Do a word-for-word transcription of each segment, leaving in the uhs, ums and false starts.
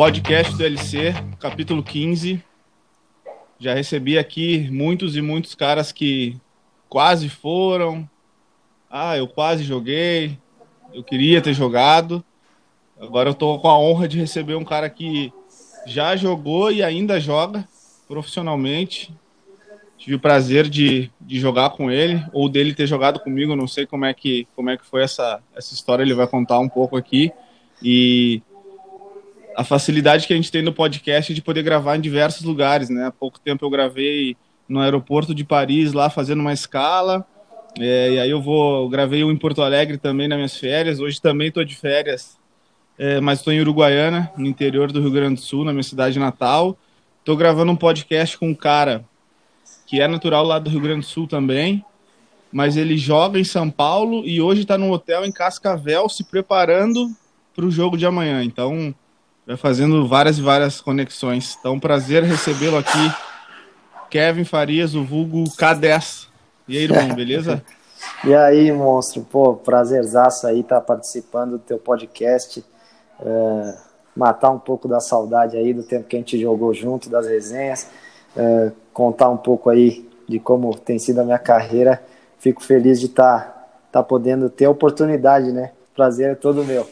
Podcast do L C, capítulo quinze. Já recebi aqui muitos e muitos caras que quase foram. Ah, eu quase joguei, eu queria ter jogado. Agora eu tô com a honra de receber um cara que já jogou e ainda joga profissionalmente. Tive o prazer de, de jogar com ele, ou dele ter jogado comigo, não sei como é que, como é que foi essa, essa história, ele vai contar um pouco aqui. E a facilidade que a gente tem no podcast de poder gravar em diversos lugares, né? Há pouco tempo eu gravei no aeroporto de Paris, lá fazendo uma escala, é, e aí eu vou, eu gravei um em Porto Alegre também nas minhas férias. Hoje também estou de férias, é, mas estou em Uruguaiana, no interior do Rio Grande do Sul, na minha cidade natal. Estou gravando um podcast com um cara que é natural lá do Rio Grande do Sul também, mas ele joga em São Paulo e hoje está num hotel em Cascavel se preparando para o jogo de amanhã. Então, vai fazendo várias e várias conexões. Então, prazer recebê-lo aqui, Kevin Farias, o vulgo K dez. E aí, irmão, beleza? E aí, monstro, pô, prazerzaço aí estar tá participando do teu podcast, é, matar um pouco da saudade aí do tempo que a gente jogou junto, das resenhas, é, contar um pouco aí de como tem sido a minha carreira. Fico feliz de estar tá, tá podendo ter a oportunidade, né? Prazer é todo meu.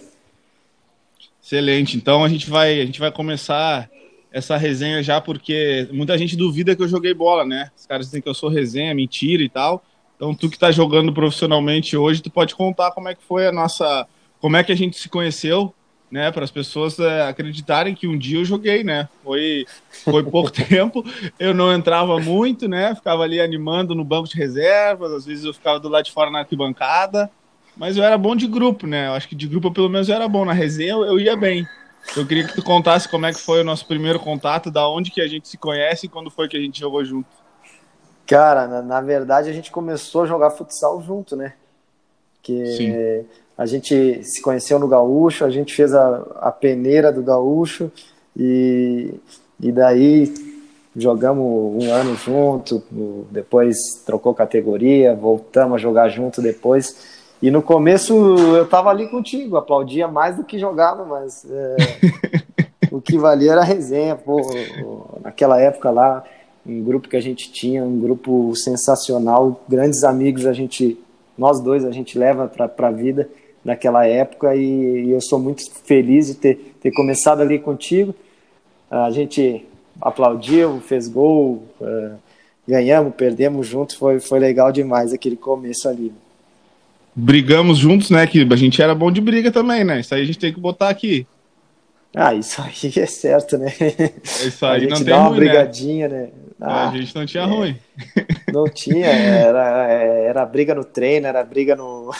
Excelente. Então a gente vai, a gente vai começar essa resenha já, porque muita gente duvida que eu joguei bola, né? Os caras dizem que eu sou resenha, mentira e tal. Então tu que tá jogando profissionalmente hoje, tu pode contar como é que foi a nossa, como é que a gente se conheceu, né? Para as pessoas é, acreditarem que um dia eu joguei, né? Foi, foi pouco tempo, eu não entrava muito, né? Ficava ali animando no banco de reservas, às vezes eu ficava do lado de fora na arquibancada. Mas eu era bom de grupo, né? Eu acho que de grupo pelo menos eu era bom. Na resenha eu, eu ia bem. Eu queria que tu contasse como é que foi o nosso primeiro contato, da onde que a gente se conhece e quando foi que a gente jogou junto. Cara, na, na verdade a gente começou a jogar futsal junto, né? Sim. Que a gente se conheceu no Gaúcho, a gente fez a, a peneira do Gaúcho e, e daí jogamos um ano junto, depois trocou categoria, voltamos a jogar junto depois. E no começo eu tava ali contigo, aplaudia mais do que jogava, mas é, o que valia era a resenha. Pô, naquela época lá, um grupo que a gente tinha, um grupo sensacional, grandes amigos, a gente, nós dois a gente leva para a vida naquela época, e, e eu sou muito feliz de ter, ter começado ali contigo. A gente aplaudiu, fez gol, uh, ganhamos, perdemos juntos, foi, foi legal demais aquele começo ali. Brigamos juntos, né? Que a gente era bom de briga também, né? Isso aí a gente tem que botar aqui. Ah, isso aí é certo, né? Isso A aí não gente tem dá uma ruim, né? brigadinha, né? A Ah, gente não tinha é, ruim. não tinha, era, era briga no treino, era briga no,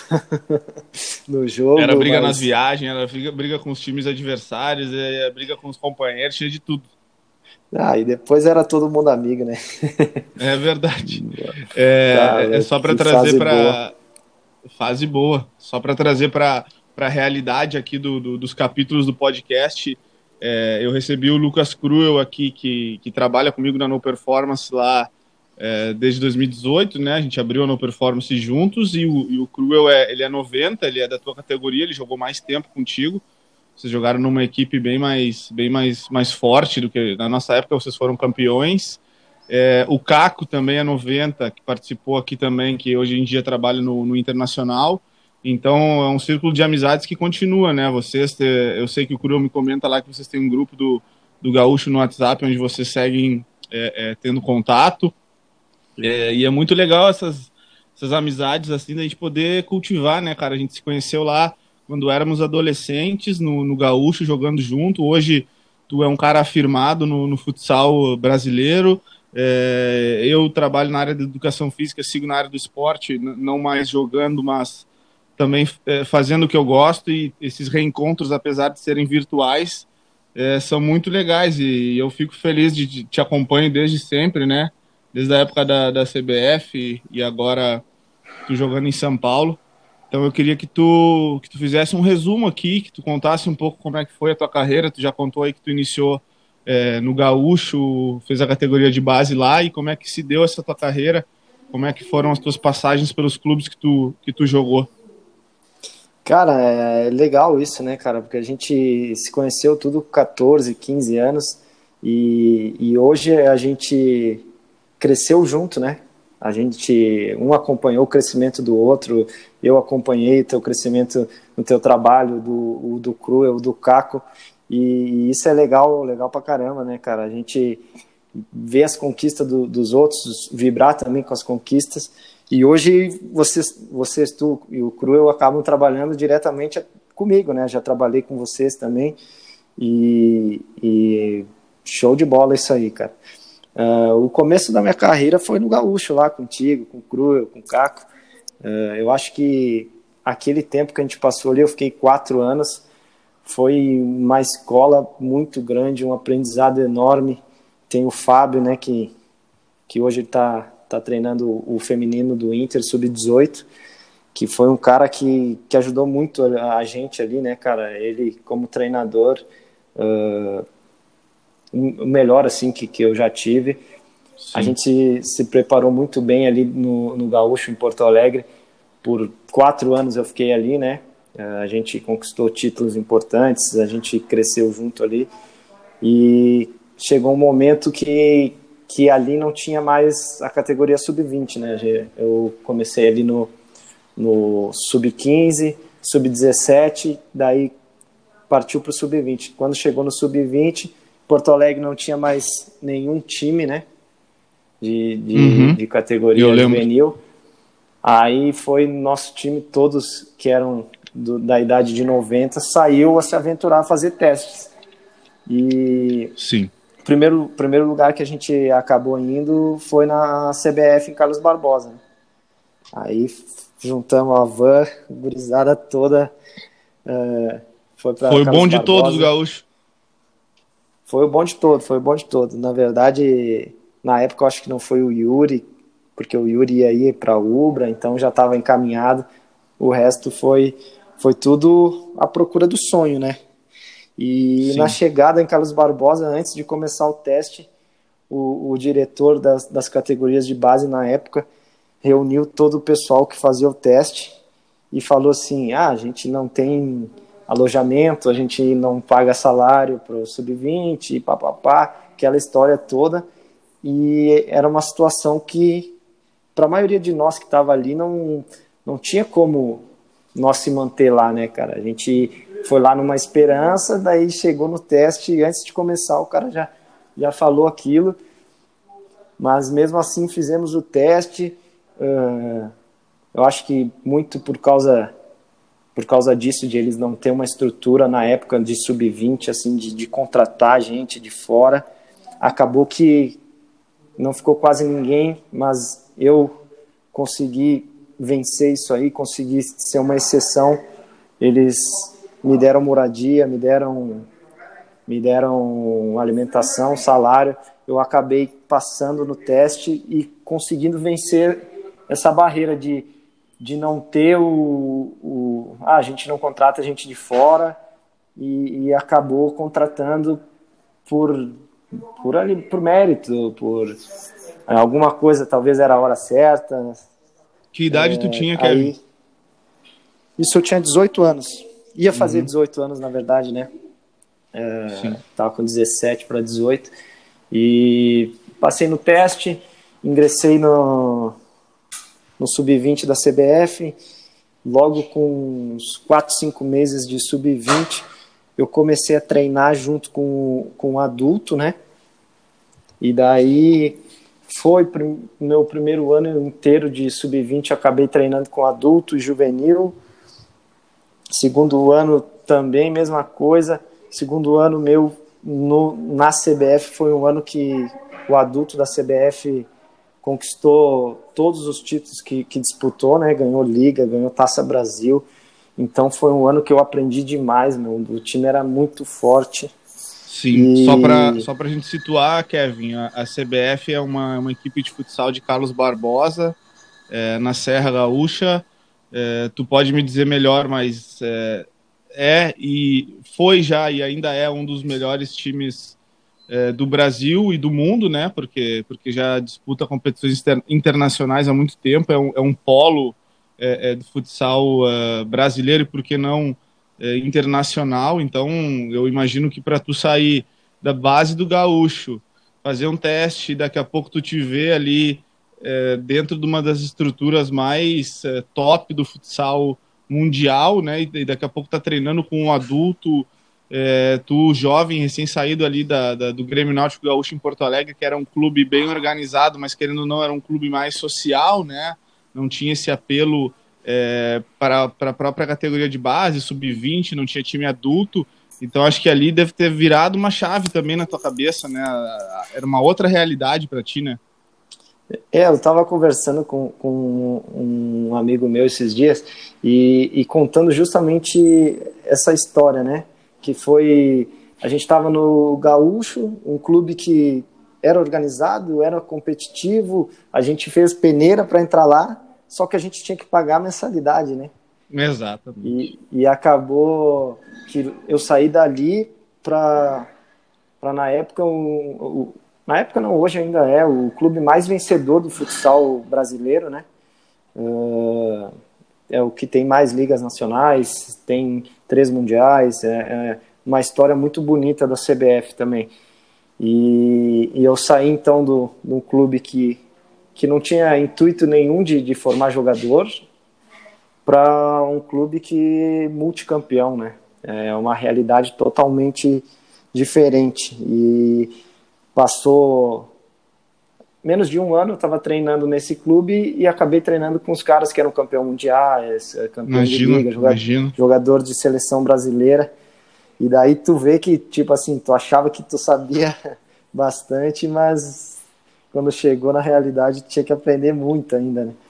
no Era jogo, briga nas mas viagens, era briga, briga com os times adversários, era briga com os companheiros, tinha de tudo. ah, e depois era todo mundo amigo, né? É verdade. Tá, É, é só para que trazer fase boa. para fase boa. Só para trazer para a realidade aqui do, do, dos capítulos do podcast, é, eu recebi o Lucas Cruel aqui, que, que trabalha comigo na No Performance lá é, desde dois mil e dezoito, né? A gente abriu a No Performance juntos, e o, e o Cruel é, ele é noventa, ele é da tua categoria, ele jogou mais tempo contigo. Vocês jogaram numa equipe bem mais, bem mais, mais forte do que na nossa época, vocês foram campeões. É, o Caco também é noventa, que participou aqui também, que hoje em dia trabalha no, no Internacional. Então é um círculo de amizades que continua, né? Vocês, eu sei que o Curo me comenta lá que vocês têm um grupo do, do Gaúcho no WhatsApp, onde vocês seguem é, é, tendo contato. É, e é muito legal essas, essas amizades, assim, da gente poder cultivar, né, cara? A gente se conheceu lá quando éramos adolescentes, no, no Gaúcho, jogando junto. Hoje tu é um cara afirmado no, no futsal brasileiro. É, eu trabalho na área da educação física, sigo na área do esporte, não mais jogando, mas também é, fazendo o que eu gosto, e esses reencontros, apesar de serem virtuais, é, são muito legais, e eu fico feliz de, de te acompanho desde sempre, né? Desde a época da, da C B F e, e agora tu jogando em São Paulo. Então eu queria que tu, que tu fizesse um resumo aqui, que tu contasse um pouco como é que foi a tua carreira. Tu já contou aí que tu iniciou é, no Gaúcho, fez a categoria de base lá, e como é que se deu essa tua carreira, como é que foram as tuas passagens pelos clubes que tu, que tu jogou. Cara, é legal isso, né, cara? Porque a gente se conheceu tudo com quatorze, quinze anos e, e hoje a gente cresceu junto, né? A gente, um acompanhou o crescimento do outro, eu acompanhei o teu crescimento no teu trabalho, do, o do Cruel, do Caco, e, e isso é legal, legal pra caramba, né, cara? A gente ver as conquistas do, dos outros, vibrar também com as conquistas. E hoje vocês, vocês tu e o Cruel acabam trabalhando diretamente comigo, né? Já trabalhei com vocês também e, e show de bola isso aí, cara. Uh, o começo da minha carreira foi no Gaúcho lá contigo, com o Cruel, com o Caco. Uh, eu acho que aquele tempo que a gente passou ali, eu fiquei quatro anos, foi uma escola muito grande, um aprendizado enorme. Tem o Fábio, né, que, que hoje está tá treinando o feminino do Inter, sub dezoito, que foi um cara que, que ajudou muito a, a gente ali, né, cara? Ele, como treinador, uh, o melhor, assim, que, que eu já tive. Sim. A gente se, se preparou muito bem ali no, no Gaúcho, em Porto Alegre. Por quatro anos eu fiquei ali, né? Uh, a gente conquistou títulos importantes, a gente cresceu junto ali. E chegou um momento que, que ali não tinha mais a categoria sub vinte, né? Eu comecei ali no, no sub quinze, sub dezessete, daí partiu para o sub vinte. Quando chegou no sub vinte, Porto Alegre não tinha mais nenhum time, né? De, de, uhum. de categoria juvenil. Aí foi nosso time, todos que eram do, da idade de noventa, saiu a se aventurar a fazer testes. E Sim. o primeiro, primeiro lugar que a gente acabou indo foi na C B F em Carlos Barbosa. Né? Aí juntamos a van, gurizada toda. Uh, foi pra foi o bom de Barbosa. todos, Gaúcho. Foi o bom de todo, foi o bom de todo. Na verdade, na época eu acho que não foi o Yuri, porque o Yuri ia ir para Ubra, então já estava encaminhado. O resto foi, foi tudo à procura do sonho, né? E Sim. na chegada em Carlos Barbosa, antes de começar o teste, o, o diretor das, das categorias de base na época reuniu todo o pessoal que fazia o teste e falou assim, ah, a gente não tem alojamento, a gente não paga salário para o sub vinte, e papapá, aquela história toda. E era uma situação que, para a maioria de nós que estava ali, não, não tinha como nós se manter lá, né, cara? A gente foi lá numa esperança, daí chegou no teste e antes de começar o cara já, já falou aquilo, mas mesmo assim fizemos o teste. Uh, eu acho que muito por causa, por causa disso, de eles não ter uma estrutura na época de sub vinte, assim, de, de contratar gente de fora, acabou que não ficou quase ninguém, mas eu consegui vencer isso aí, consegui ser uma exceção. Eles me deram moradia, me deram, me deram alimentação, salário. Eu acabei passando no teste e conseguindo vencer essa barreira de, de não ter o, o... Ah, a gente não contrata gente de fora e, e acabou contratando por, por, ali, por mérito, por alguma coisa, talvez era a hora certa. Que idade é, tu tinha, Kevin? Aí, isso eu tinha dezoito anos. Ia fazer uhum. dezoito anos, na verdade, né? É, tava com dezessete para dezoito. E passei no teste, ingressei no, no sub vinte da C B F. Logo com uns quatro, cinco meses de sub vinte, eu comecei a treinar junto com, com um adulto, né? E daí foi o meu primeiro ano inteiro de sub vinte, eu acabei treinando com adulto e juvenil. Segundo ano também, mesma coisa. Segundo ano meu no, na C B F foi um ano que o adulto da C B F conquistou todos os títulos que, que disputou, né? Ganhou Liga, ganhou Taça Brasil. Então foi um ano que eu aprendi demais, meu. O time era muito forte. Sim, e... só para só para a gente situar, Kevin, a, a C B F é uma, uma equipe de futsal de Carlos Barbosa, é, na Serra Gaúcha. É, tu pode me dizer melhor, mas é, é e foi já e ainda é um dos melhores times é, do Brasil e do mundo, né? Porque, porque já disputa competições inter, internacionais há muito tempo, é um, é um polo é, é, do futsal uh, brasileiro e por que não é, internacional. Então eu imagino que para tu sair da base do gaúcho, fazer um teste, daqui a pouco tu te vê ali é, dentro de uma das estruturas mais é, top do futsal mundial, né? E daqui a pouco tá treinando com um adulto, é, tu jovem, recém-saído ali da, da, do Grêmio Náutico Gaúcho em Porto Alegre, que era um clube bem organizado, mas querendo ou não, era um clube mais social, né? Não tinha esse apelo é, para, para a própria categoria de base, sub vinte, não tinha time adulto. Então acho que ali deve ter virado uma chave também na tua cabeça, né? Era uma outra realidade para ti, né? É, eu estava conversando com, com um amigo meu esses dias e, e contando justamente essa história, né? Que foi, a gente estava no Gaúcho, um clube que era organizado, era competitivo, a gente fez peneira para entrar lá, só que a gente tinha que pagar a mensalidade, né? Exatamente. E, e acabou que eu saí dali para, para na época, o, o, na época não, hoje ainda é o clube mais vencedor do futsal brasileiro, né? Uh, é o que tem mais ligas nacionais, tem três mundiais, é, é uma história muito bonita da C B F também. E, e eu saí então do, de um clube que, que não tinha intuito nenhum de, de formar jogador para um clube que multicampeão, né? É uma realidade totalmente diferente. E passou menos de um ano, eu estava treinando nesse clube e acabei treinando com os caras que eram campeão mundiais, campeão Imagino, de liga, imagino. jogador de seleção brasileira. E daí tu vê que, tipo assim, tu achava que tu sabia bastante, mas quando chegou na realidade tinha que aprender muito ainda, né?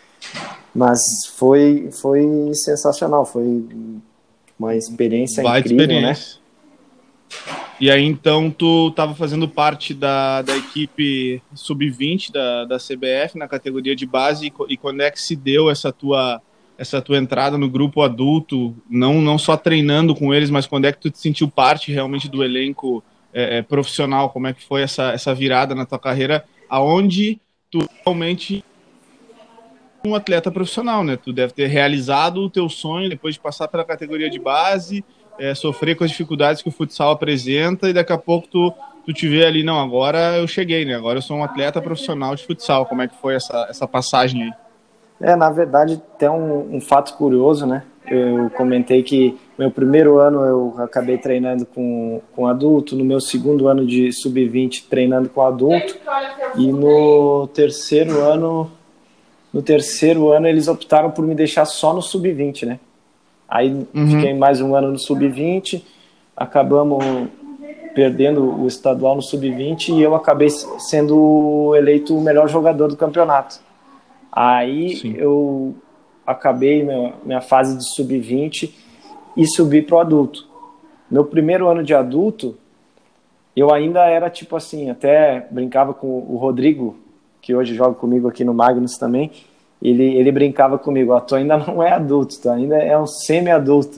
Mas foi, foi sensacional, foi uma experiência Baita incrível, né? experiência. E aí, então, tu estava fazendo parte da, da equipe sub vinte da, da C B F, na categoria de base, e, e quando é que se deu essa tua, essa tua entrada no grupo adulto, não, não só treinando com eles, mas quando é que tu te sentiu parte realmente do elenco é, é, profissional? Como é que foi essa, essa virada na tua carreira, aonde tu realmente um atleta profissional, né? Tu deve ter realizado o teu sonho depois de passar pela categoria de base, é, sofrer com as dificuldades que o futsal apresenta e daqui a pouco tu, tu te vê ali, não, agora eu cheguei, né? Agora eu sou um atleta profissional de futsal. Como é que foi essa, essa passagem aí? É, na verdade, tem um, um fato curioso, né? Eu comentei que meu primeiro ano eu acabei treinando com, com adulto, no meu segundo ano de sub vinte treinando com adulto, e no terceiro ano, no terceiro ano eles optaram por me deixar só no sub vinte, né? Aí Uhum. fiquei mais um ano no sub vinte, acabamos perdendo o estadual no sub vinte e eu acabei sendo eleito o melhor jogador do campeonato. Aí Sim. eu acabei minha, minha fase de sub vinte e subi pro adulto. Meu primeiro ano de adulto, eu ainda era tipo assim, até brincava com o Rodrigo, que hoje joga comigo aqui no Magnus também, ele, ele brincava comigo, ó, tu ainda não é adulto, tu ainda é um semi-adulto.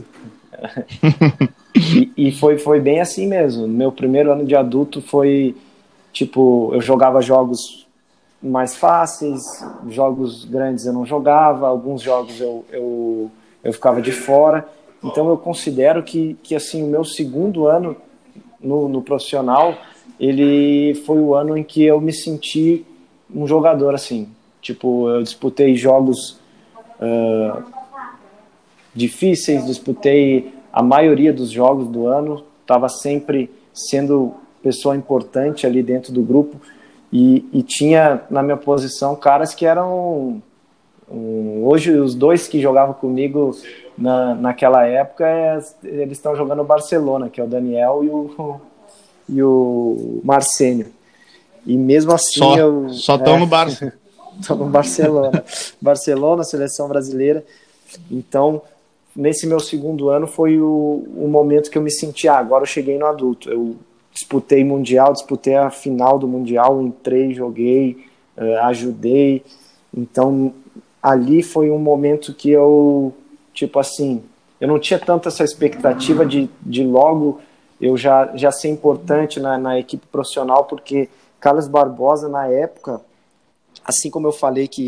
e e foi, foi bem assim mesmo. Meu primeiro ano de adulto foi, tipo, eu jogava jogos mais fáceis, jogos grandes eu não jogava, alguns jogos eu, eu, eu ficava de fora. Então eu considero que, que assim, o meu segundo ano no, no profissional, ele foi o ano em que eu me senti um jogador, assim. Tipo, eu disputei jogos uh, difíceis, disputei a maioria dos jogos do ano, estava sempre sendo pessoa importante ali dentro do grupo e, e tinha na minha posição caras que eram um, hoje os dois que jogavam comigo na, naquela época é, eles estão jogando no Barcelona, que é o Daniel e o, e o Marcênio, e mesmo assim Só, eu só tão é, no Barça. tô no Barcelona Barcelona, seleção brasileira. Então nesse meu segundo ano foi o, o momento que eu me senti, ah, agora eu cheguei no adulto. Eu disputei mundial, disputei a final do mundial, entrei, joguei, uh, ajudei. Então ali foi um momento que eu, tipo assim, eu não tinha tanto essa expectativa de, de logo eu já, já ser importante na, na equipe profissional, porque Carlos Barbosa na época, assim como eu falei que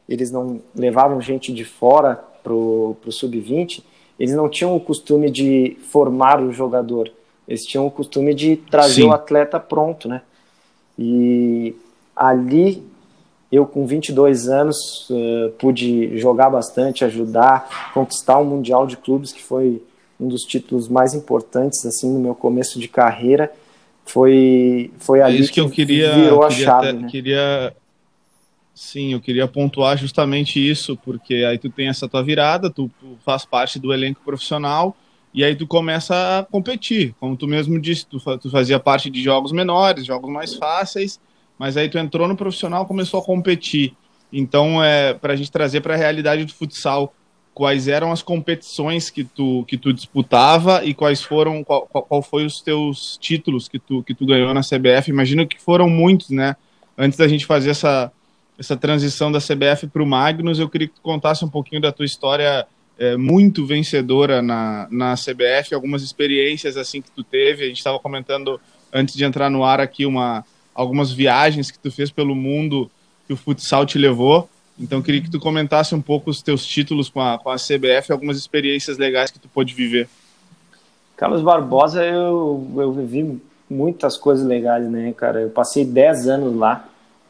eles não levavam gente de fora pro, pro sub vinte, eles não tinham o costume de formar o jogador, eles tinham o costume de trazer Sim. o atleta pronto, né? E ali, eu com vinte e dois anos, uh, pude jogar bastante, ajudar, conquistar o Mundial de Clubes, que foi um dos títulos mais importantes assim no meu começo de carreira. Foi, foi é ali isso que, que eu queria, virou a queria chave, até, né? Queria... Sim, eu queria pontuar justamente isso, porque aí tu tem essa tua virada, tu, tu faz parte do elenco profissional, e aí tu começa a competir. Como tu mesmo disse, tu, tu fazia parte de jogos menores, jogos mais fáceis, mas aí tu entrou no profissional, começou a competir. Então, é, para a gente trazer para a realidade do futsal, quais eram as competições que tu, que tu disputava e quais foram, qual, qual, qual foi os teus títulos que tu, que tu ganhou na C B F? Imagino que foram muitos, né? Antes da gente fazer essa essa transição da C B F para o Magnus, eu queria que tu contasse um pouquinho da tua história é, muito vencedora na, na C B F, algumas experiências assim que tu teve. A gente estava comentando antes de entrar no ar aqui uma, algumas viagens que tu fez pelo mundo que o futsal te levou. Então eu queria que tu comentasse um pouco os teus títulos com a, com a C B F, algumas experiências legais que tu pôde viver. Carlos Barbosa, eu, eu vivi muitas coisas legais, né, cara? Eu passei dez anos lá.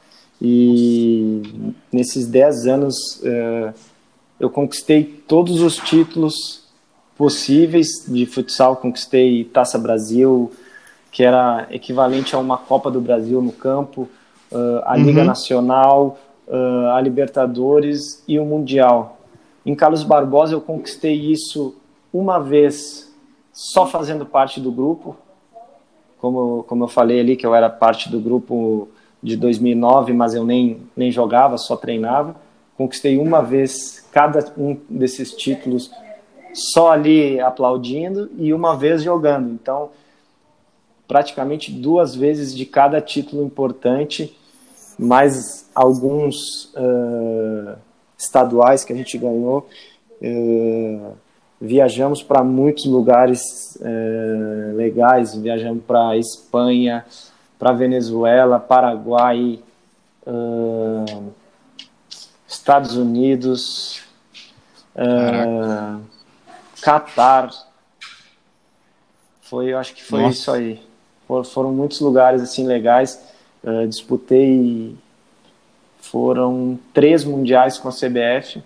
E nesses dez anos uh, eu conquistei todos os títulos possíveis de futsal. Conquistei Taça Brasil, que era equivalente a uma Copa do Brasil no campo, uh, a Liga uhum. Nacional, uh, a Libertadores e o Mundial. Em Carlos Barbosa eu conquistei isso uma vez só fazendo parte do grupo, como, como eu falei ali que eu era parte do grupo de dois mil e nove, mas eu nem, nem jogava, só treinava. Conquistei uma vez cada um desses títulos só ali aplaudindo e uma vez jogando. Então, praticamente duas vezes de cada título importante, mais alguns uh, estaduais que a gente ganhou. Uh, viajamos para muitos lugares uh, legais, viajamos para Espanha, para Venezuela, Paraguai, uh, Estados Unidos, uh, Catar. Foi, eu acho que foi Nossa. Isso aí. For, foram muitos lugares assim legais. Uh, disputei, foram três mundiais com a C B F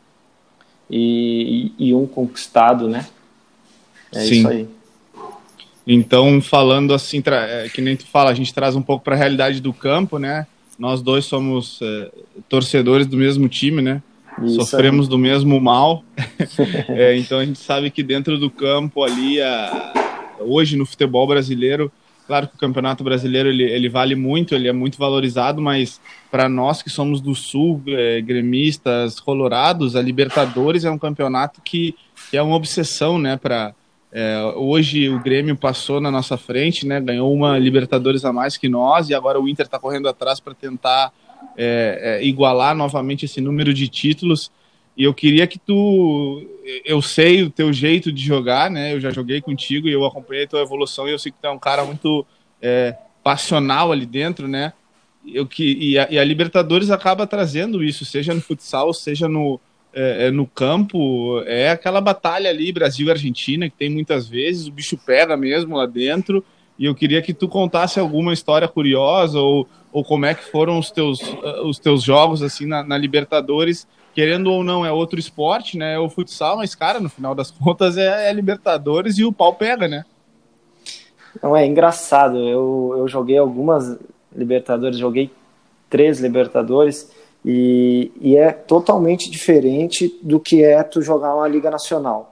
e, e, e um conquistado, né? É Sim. Isso aí. Então, falando assim, é, que nem tu fala, a gente traz um pouco para a realidade do campo, né? Nós dois somos é, torcedores do mesmo time, né? Isso Sofremos aí. Do mesmo mal. é, então, a gente sabe que dentro do campo ali, a, hoje no futebol brasileiro, claro que o Campeonato Brasileiro ele, ele vale muito, ele é muito valorizado, mas para nós que somos do Sul, é, gremistas, colorados, a Libertadores é um campeonato que, que é uma obsessão, né? Para É, hoje o Grêmio passou na nossa frente, né, ganhou uma Libertadores a mais que nós, e agora o Inter está correndo atrás para tentar é, é, igualar novamente esse número de títulos. E eu queria que tu, eu sei o teu jeito de jogar, né, eu já joguei contigo e eu acompanhei a tua evolução, e eu sei que tu é um cara muito é, passional ali dentro, né, eu, que, e, a, e a Libertadores acaba trazendo isso, seja no futsal, seja no É, é, no campo, é aquela batalha ali, Brasil e Argentina, que tem muitas vezes, o bicho pega mesmo lá dentro, e eu queria que tu contasse alguma história curiosa, ou, ou como é que foram os teus, uh, os teus jogos, assim, na, na Libertadores, querendo ou não, é outro esporte, né, é o futsal, mas, cara, no final das contas é, é Libertadores e o pau pega, né? Não, é engraçado, eu, eu joguei algumas Libertadores, joguei três Libertadores, E, e é totalmente diferente do que é tu jogar uma Liga Nacional.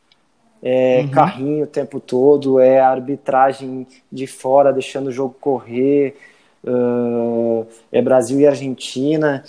É uhum. carrinho o tempo todo, é arbitragem de fora, deixando o jogo correr, uh, é Brasil e Argentina,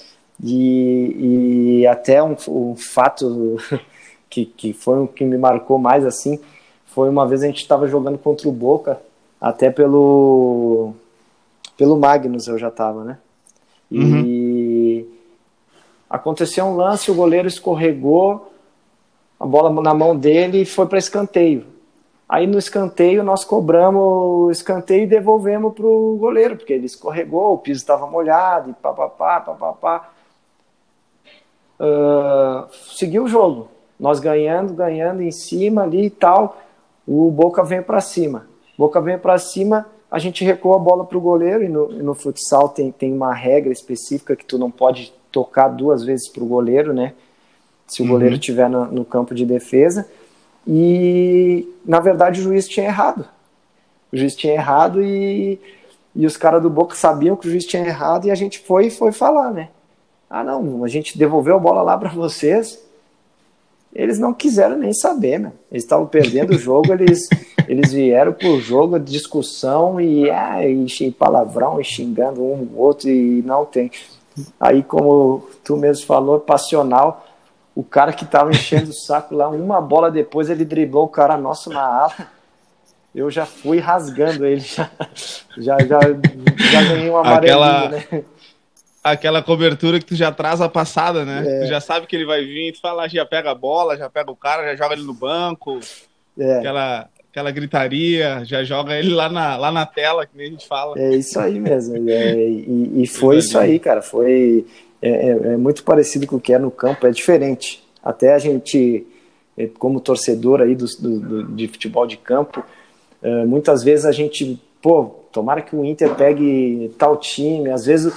e, e até um, um fato que, que foi o que me marcou mais, assim, foi uma vez a gente estava jogando contra o Boca, até pelo, pelo Magnus eu já estava, né? E uhum. aconteceu um lance, o goleiro escorregou, a bola na mão dele e foi para escanteio. Aí no escanteio nós cobramos o escanteio e devolvemos para o goleiro, porque ele escorregou, o piso estava molhado e papapá, papapá. uh, seguiu o jogo. Nós ganhando, ganhando em cima ali e tal, o Boca veio para cima. Boca veio para cima, a gente recuou a bola para o goleiro, e no, no futsal tem, tem uma regra específica que tu não pode tocar duas vezes para o goleiro, né? Se o uhum. goleiro estiver no, no campo de defesa. E, na verdade, o juiz tinha errado. O juiz tinha errado e, e os caras do Boca sabiam que o juiz tinha errado, e a gente foi foi falar, né? Ah, não, a gente devolveu a bola lá para vocês. Eles não quiseram nem saber, né? Eles estavam perdendo o jogo, eles, eles vieram pro jogo, discussão e, ah, e palavrão, e xingando um o outro, e não tem. Aí, como tu mesmo falou, passional, o cara que tava enchendo o saco lá, uma bola depois ele driblou o cara nosso na ala, eu já fui rasgando ele, já, já, já, já ganhei uma amarelinha, Aquela... né? Aquela cobertura que tu já traz a passada, né? É. Tu já sabe que ele vai vir, tu fala, já pega a bola, já pega o cara, já joga ele no banco, é. aquela, aquela gritaria, já joga ele lá na, lá na tela, que nem a gente fala. É isso aí mesmo. É, e, e foi isso aí, cara. Foi é, é, é muito parecido com o que é no campo, é diferente. Até a gente, como torcedor aí do, do, do, de futebol de campo, é, muitas vezes a gente, pô, tomara que o Inter pegue tal time, às vezes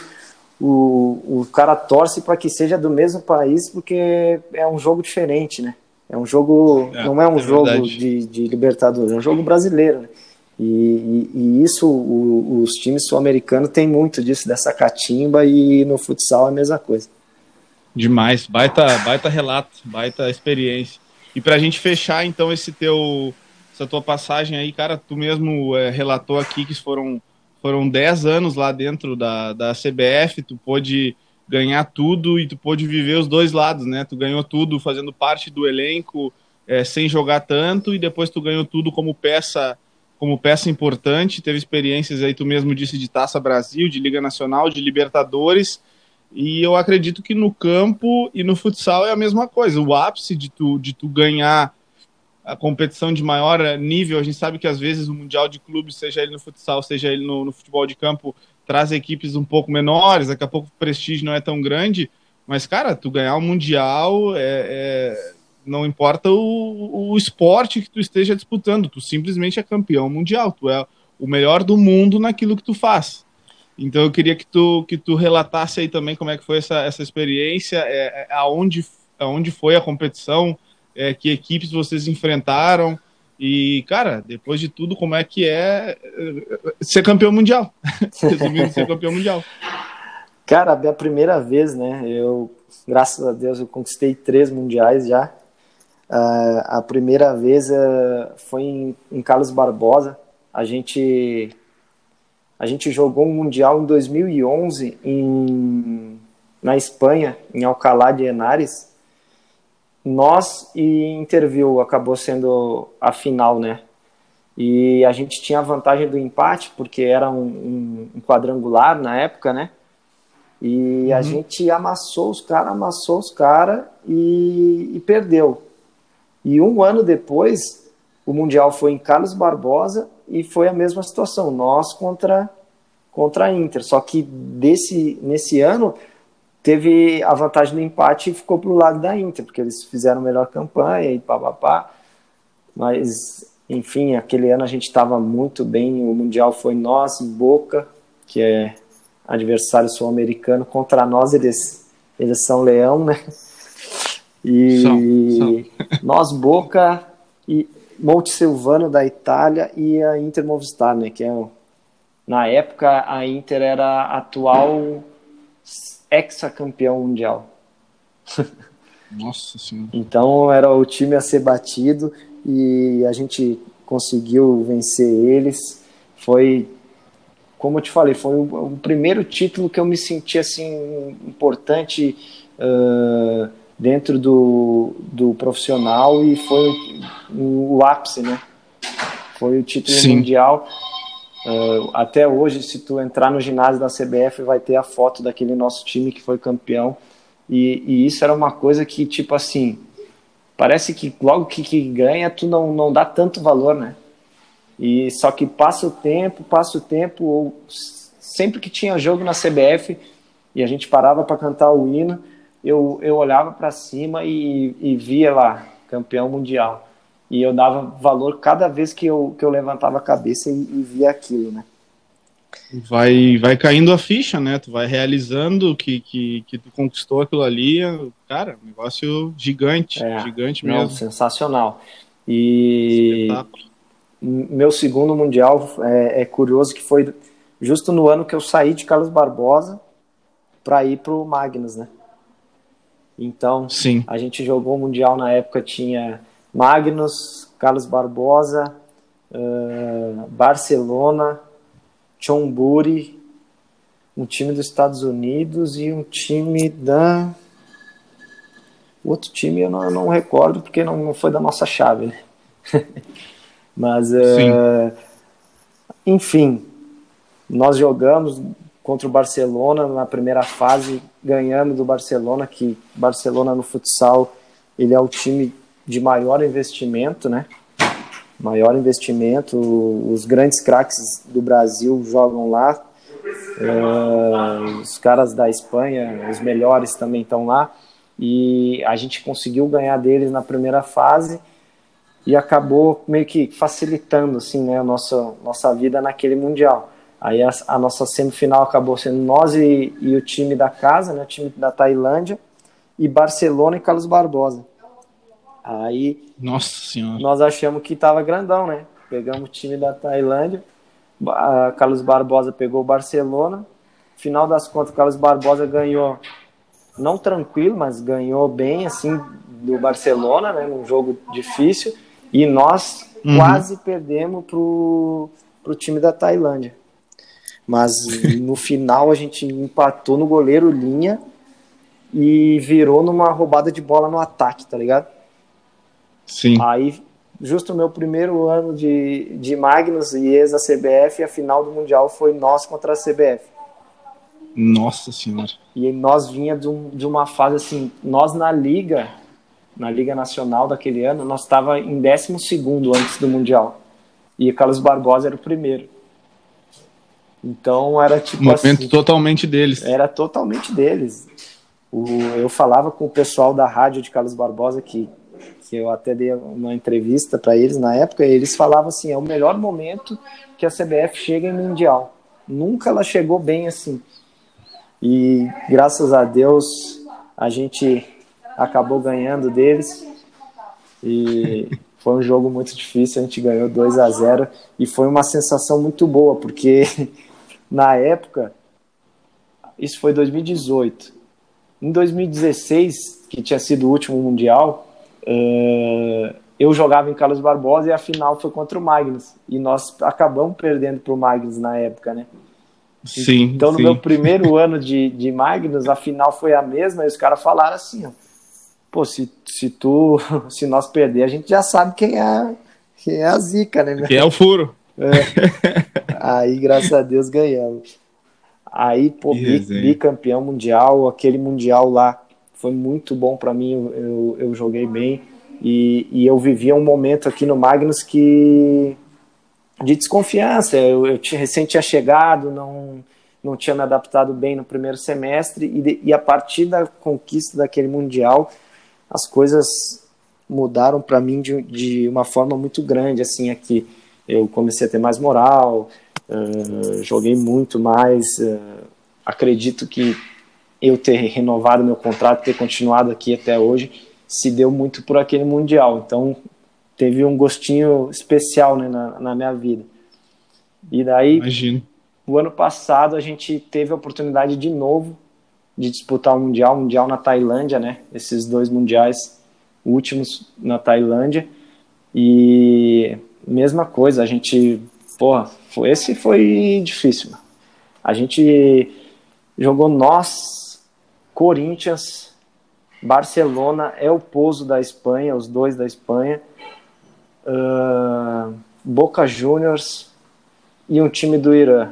O, o cara torce para que seja do mesmo país, porque é um jogo diferente, né? É um jogo, é, não é um é jogo de, de Libertadores, é um jogo brasileiro, né? E, e, e isso, o, os times sul-americanos têm muito disso, dessa catimba, e no futsal é a mesma coisa. Demais, baita, baita relato, baita experiência. E pra gente fechar, então, esse teu, essa tua passagem aí, cara, tu mesmo é, relatou aqui que foram Foram dez anos lá dentro da, da C B F, tu pôde ganhar tudo e tu pôde viver os dois lados, né? Tu ganhou tudo fazendo parte do elenco, é, sem jogar tanto, e depois tu ganhou tudo como peça, como peça importante, teve experiências aí, tu mesmo disse, de Taça Brasil, de Liga Nacional, de Libertadores, e eu acredito que no campo e no futsal é a mesma coisa. O ápice de tu, de tu ganhar a competição de maior nível, a gente sabe que às vezes o Mundial de Clubes, seja ele no futsal, seja ele no, no futebol de campo, traz equipes um pouco menores, daqui a pouco o prestígio não é tão grande, mas, cara, tu ganhar o Mundial, é, é, não importa o, o esporte que tu esteja disputando, tu simplesmente é campeão mundial, tu é o melhor do mundo naquilo que tu faz. Então eu queria que tu, que tu relatasse aí também como é que foi essa, essa experiência, é, é, aonde, aonde foi a competição, É, que equipes vocês enfrentaram e, cara, depois de tudo, como é que é ser campeão mundial? Resumindo, ser campeão mundial. Cara, a minha primeira vez, né, eu, graças a Deus, eu conquistei três mundiais já. Uh, a primeira vez uh, foi em, em Carlos Barbosa. A gente, a gente jogou um mundial em dois mil e onze em, na Espanha, em Alcalá de Henares. Nós e Interview acabou sendo a final, né? E a gente tinha a vantagem do empate, porque era um, um, um quadrangular na época, né? E uhum. a gente amassou os caras, amassou os caras e, e perdeu. E um ano depois, o Mundial foi em Carlos Barbosa e foi a mesma situação, nós contra, contra a Inter. Só que desse, nesse ano teve a vantagem do empate e ficou pro lado da Inter, porque eles fizeram melhor campanha e papapá. Mas, enfim, aquele ano a gente estava muito bem. O Mundial foi nós, Boca, que é adversário sul-americano, contra nós, eles, eles são Leão, né? E são, são. Nós, Boca, e Monte Silvano da Itália e a Inter Movistar, né? Que é, na época, a Inter era a atual ex-campeão mundial. Nossa Senhora. Então era o time a ser batido e a gente conseguiu vencer eles. Foi, como eu te falei, foi o, o primeiro título que eu me senti assim importante uh, dentro do, do profissional, e foi o, o ápice, né? Foi o título Sim. mundial. Uh, até hoje, se tu entrar no ginásio da C B F, vai ter a foto daquele nosso time que foi campeão, e, e isso era uma coisa que, tipo assim, parece que logo que, que ganha, tu não, não dá tanto valor, né? E só que passa o tempo, passa o tempo, ou sempre que tinha jogo na C B F e a gente parava para cantar o hino, eu, eu olhava para cima e, e via lá, campeão mundial. E eu dava valor cada vez que eu, que eu levantava a cabeça e, e via aquilo, né? Vai, vai caindo a ficha, né? Tu vai realizando que, que, que tu conquistou aquilo ali. Cara, negócio gigante, É, gigante não, mesmo. sensacional. E Espetáculo. meu segundo mundial é, é curioso que foi justo no ano que eu saí de Carlos Barbosa para ir pro Magnus, né? Então, Sim. a gente jogou o mundial na época, tinha Magnus, Carlos Barbosa, uh, Barcelona, Chonburi, um time dos Estados Unidos e um time da... O outro time eu não, eu não recordo porque não, não foi da nossa chave, né? Mas, Sim. uh, enfim, nós jogamos contra o Barcelona na primeira fase, ganhamos do Barcelona, que Barcelona no futsal, ele é o time de maior investimento, né? Maior investimento, os grandes craques do Brasil jogam lá, uh, os caras da Espanha, os melhores também estão lá, e a gente conseguiu ganhar deles na primeira fase e acabou meio que facilitando assim, né, a nossa, nossa vida naquele Mundial. Aí a, a nossa semifinal acabou sendo nós e, e o time da casa, né, o time da Tailândia, e Barcelona e Carlos Barbosa. Aí Nossa Senhora. nós achamos que estava grandão, né? Pegamos o time da Tailândia, a Carlos Barbosa pegou o Barcelona. Final das contas, Carlos Barbosa ganhou, não tranquilo, mas ganhou bem, assim, do Barcelona, né? Num jogo difícil. E nós Uhum. quase perdemos pro, pro time da Tailândia. Mas no final a gente empatou no goleiro linha e virou numa roubada de bola no ataque, tá ligado? Sim. Aí, justo o meu primeiro ano de, de Magnus e ex-C B F, a final do Mundial foi nós contra a C B F. Nossa Senhora. E nós vinha de, um, de uma fase assim, nós na Liga, na Liga Nacional daquele ano, nós estava em décimo segundo antes do Mundial. E Carlos Barbosa era o primeiro. Então era tipo Momento assim... totalmente deles. Era totalmente deles. O, eu falava com o pessoal da rádio de Carlos Barbosa, que, que eu até dei uma entrevista para eles na época, e eles falavam assim, é o melhor momento que a C B F chega em Mundial. Nunca ela chegou bem assim. E graças a Deus a gente acabou ganhando deles. E foi um jogo muito difícil, a gente ganhou dois a zero e foi uma sensação muito boa, porque na época, isso foi dois mil e dezoito, em dois mil e dezesseis, que tinha sido o último Mundial, uh, eu jogava em Carlos Barbosa e a final foi contra o Magnus, e nós acabamos perdendo para o Magnus na época, né? Sim, então no sim. meu primeiro ano de, de Magnus, a final foi a mesma, e os caras falaram assim, ó, pô, se, se tu, se nós perder, a gente já sabe quem é, quem é a zica, né? Meu? Quem é o furo. É. Aí, graças a Deus, ganhamos. Aí, pô, bicampeão mundial, aquele mundial lá foi muito bom para mim, eu, eu, eu joguei bem e, e eu vivia um momento aqui no Magnus que de desconfiança, eu, eu tinha, recém tinha chegado, não, não tinha me adaptado bem no primeiro semestre e, de, e a partir da conquista daquele mundial, as coisas mudaram para mim de, de uma forma muito grande, assim, aqui. Eu comecei a ter mais moral, uh, joguei muito mais, uh, acredito que eu ter renovado meu contrato, ter continuado aqui até hoje, se deu muito por aquele Mundial, então teve um gostinho especial, né, na, na minha vida. E daí, imagino, o ano passado a gente teve a oportunidade de novo de disputar o Mundial, o Mundial na Tailândia, né, esses dois mundiais últimos na Tailândia, e mesma coisa, a gente, porra, foi, esse foi difícil. A gente jogou nós, Corinthians, Barcelona, El Pozo da Espanha, os dois da Espanha, uh, Boca Juniors e um time do Irã.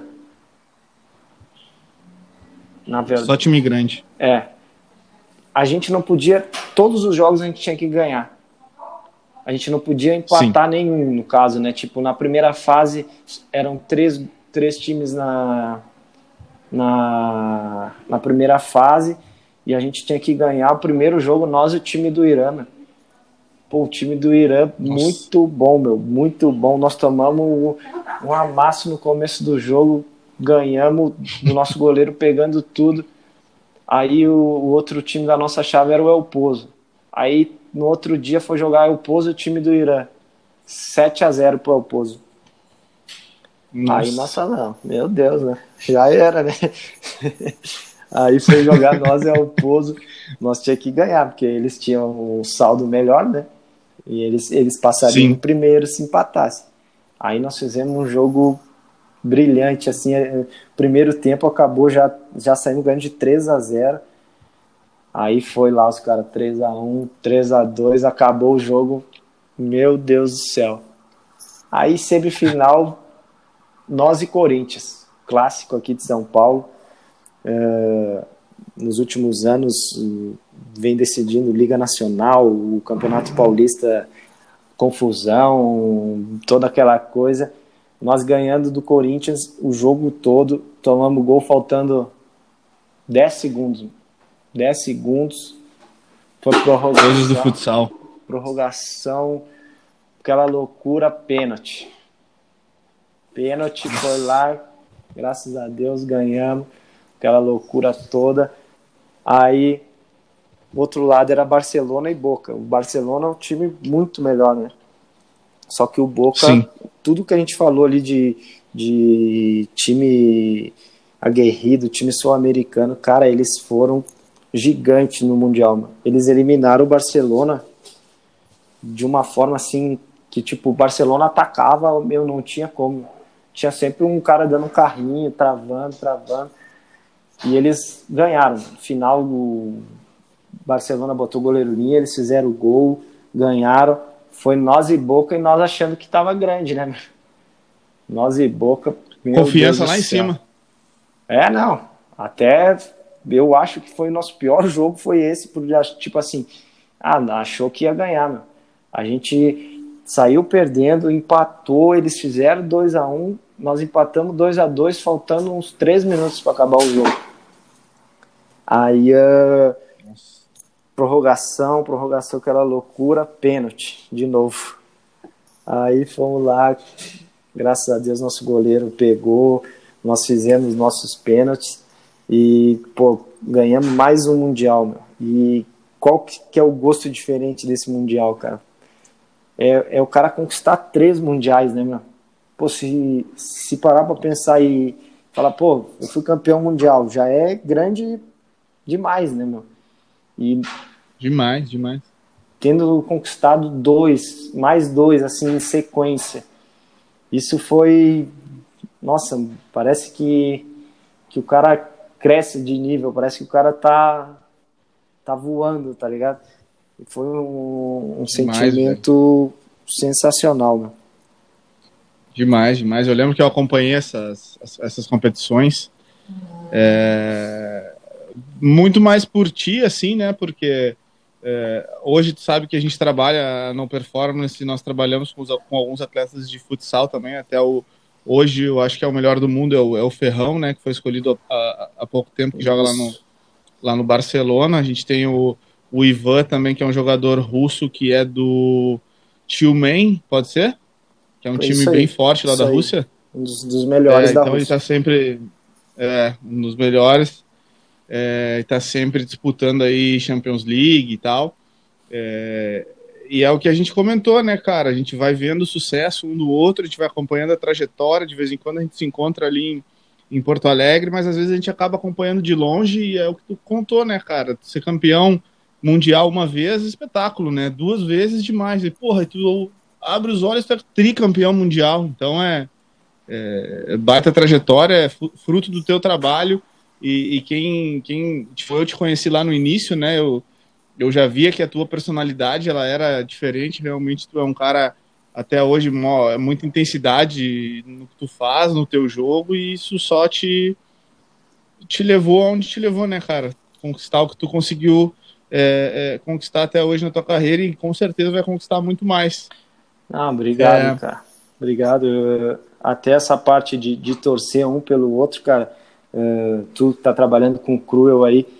Na verdade, só time grande. É. A gente não podia, todos os jogos a gente tinha que ganhar. A gente não podia empatar Sim. nenhum, no caso, né? Tipo, na primeira fase eram três, três times na, na, na primeira fase e a gente tinha que ganhar o primeiro jogo, nós e o time do Irã, meu. Pô, o time do Irã, Nossa. muito bom, meu, muito bom. Nós tomamos um amasso no começo do jogo, ganhamos do nosso goleiro pegando tudo. Aí o, o outro time da nossa chave era o El Pozo. Aí no outro dia foi jogar El Pozo e o time do Irã. sete a zero pro El Pozo. Nossa. Aí, nossa, não, meu Deus, né? Já era, né? Aí foi jogar nós e El Pozo. Nós tinha que ganhar, porque eles tinham um saldo melhor, né? E eles, eles passariam em primeiro se empatassem. Aí nós fizemos um jogo brilhante, assim, primeiro tempo acabou, já, já saímos ganhando de três a zero. Aí foi lá os caras, três a um, três a dois, acabou o jogo, meu Deus do céu. Aí semifinal, nós e Corinthians, clássico aqui de São Paulo. Uh, nos últimos anos uh, vem decidindo Liga Nacional, o Campeonato Paulista, confusão, toda aquela coisa. Nós ganhando do Corinthians o jogo todo, tomamos gol faltando dez segundos. dez segundos. Foi prorrogação. Coisas do futsal. Prorrogação, aquela loucura, pênalti. Pênalti, foi lá, graças a Deus ganhamos, aquela loucura toda. Aí, o outro lado era Barcelona e Boca. O Barcelona é um time muito melhor, né? Só que o Boca, sim, tudo que a gente falou ali de, de time aguerrido, time sul-americano, cara, eles foram gigantes no Mundial, mano. Eles eliminaram o Barcelona de uma forma assim, que tipo, o Barcelona atacava, meu, não tinha como. Tinha sempre um cara dando um carrinho, travando, travando. E eles ganharam. No final, o Barcelona botou o goleiro linha, eles fizeram o gol, ganharam. Foi nós e Boca, e nós achando que tava grande, né? Nós e Boca. Confiança lá em cima. É, não. Até eu acho que foi o nosso pior jogo, foi esse, porque tipo assim, ah, achou que ia ganhar, meu. A gente saiu perdendo, empatou, eles fizeram dois a um, nós empatamos dois a dois, faltando uns três minutos para acabar o jogo. Aí, uh, prorrogação, prorrogação, aquela loucura, pênalti, de novo. Aí fomos lá, graças a Deus nosso goleiro pegou, nós fizemos nossos pênaltis e, pô, ganhamos mais um Mundial, meu. E qual que, que é o gosto diferente desse Mundial, cara? É, é o cara conquistar três mundiais, né, meu? Pô, se, se parar pra pensar e falar, pô, eu fui campeão mundial, já é grande demais, né, meu? E demais, demais. Tendo conquistado dois, mais dois, assim, em sequência. Isso foi... Nossa, parece que, que o cara cresce de nível, parece que o cara tá, tá voando, tá ligado? Foi um, um sentimento velho. sensacional, meu. Demais, demais. Eu lembro que eu acompanhei essas, essas competições é, muito mais por ti, assim, né? Porque é, hoje tu sabe que a gente trabalha no Performance e nós trabalhamos com, os, com alguns atletas de futsal também. Até o, hoje eu acho que é o melhor do mundo, é o, é o Ferrão, né? Que foi escolhido há, há pouco tempo, que Isso. joga lá no, lá no Barcelona. A gente tem o O Ivan também, que é um jogador russo, que é do Tyumen, pode ser? Que é um Foi time bem forte lá da aí. Rússia. Um dos, dos melhores é, da então Rússia. Então ele tá sempre... É, um dos melhores. É, e tá sempre disputando aí Champions League e tal. É, e é o que a gente comentou, né, cara? A gente vai vendo o sucesso um do outro, a gente vai acompanhando a trajetória, de vez em quando a gente se encontra ali em, em Porto Alegre, mas às vezes a gente acaba acompanhando de longe, e é o que tu contou, né, cara? Ser campeão mundial uma vez, espetáculo, né? Duas vezes demais. E, porra, tu abre os olhos, tu é tricampeão mundial. Então é, é baita trajetória, é fruto do teu trabalho. E, e quem, quem foi, eu te conheci lá no início, né? Eu, eu já via que a tua personalidade ela era diferente. Realmente tu é um cara, até hoje, é muita intensidade no que tu faz, no teu jogo, e isso só te, te levou aonde te levou, né, cara? Conquistar o que tu conseguiu É, é, conquistar até hoje na tua carreira, e com certeza vai conquistar muito mais. Ah, obrigado, é... cara. Obrigado. Eu, até essa parte de, de torcer um pelo outro, cara, uh, tu tá trabalhando com o Cruel aí,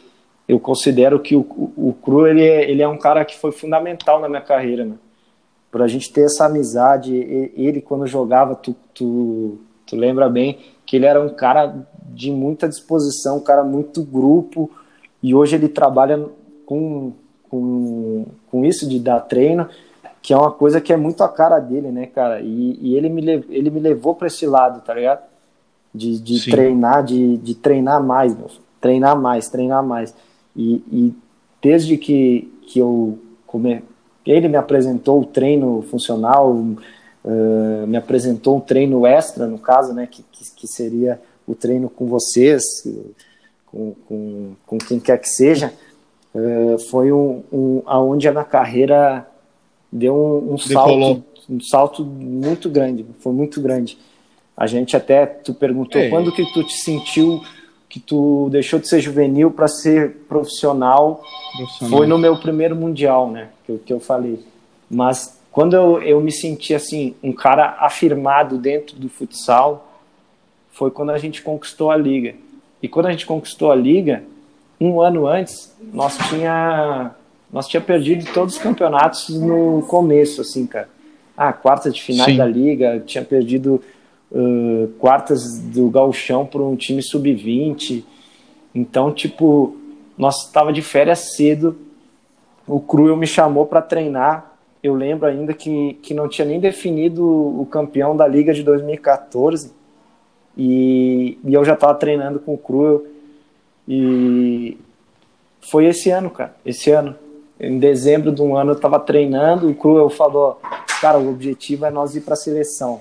eu considero que o, o, o Cru, ele é, ele é um cara que foi fundamental na minha carreira, né? Pra gente ter essa amizade. Ele, quando jogava, tu, tu, tu lembra bem que ele era um cara de muita disposição, um cara muito grupo, e hoje ele trabalha com, com, com isso de dar treino, que é uma coisa que é muito a cara dele, né, cara? E, e ele, me, ele me levou para esse lado, tá ligado? De, de treinar, de, de treinar mais, meu. Treinar mais, treinar mais. E, e desde que, que eu come... ele me apresentou o treino funcional, uh, me apresentou um treino extra, no caso, né, que, que, que seria o treino com vocês, com, com, com quem quer que seja, uh, foi um, um, aonde a minha carreira deu um, um salto, um salto muito grande, foi muito grande. A gente até, tu perguntou, Ei. quando que tu te sentiu que tu deixou de ser juvenil para ser profissional, profissional, foi no meu primeiro mundial, né, que eu, que eu falei. Mas quando eu, eu me senti assim, um cara afirmado dentro do futsal, foi quando a gente conquistou a Liga. E quando a gente conquistou a Liga, um ano antes, nós tinha, nós tinha perdido todos os campeonatos no começo, assim, cara. Ah, quartas de finais Sim. da Liga, tinha perdido uh, quartas do Gauchão para um time sub vinte. Então, tipo, nós estava de férias cedo, o Cruel me chamou para treinar. Eu lembro ainda que, que não tinha nem definido o campeão da Liga de dois mil e quatorze, e, e eu já estava treinando com o Cruel, e foi esse ano, cara, esse ano. Em dezembro de um ano eu estava treinando, o Cruel falou, cara, o objetivo é nós ir para a seleção.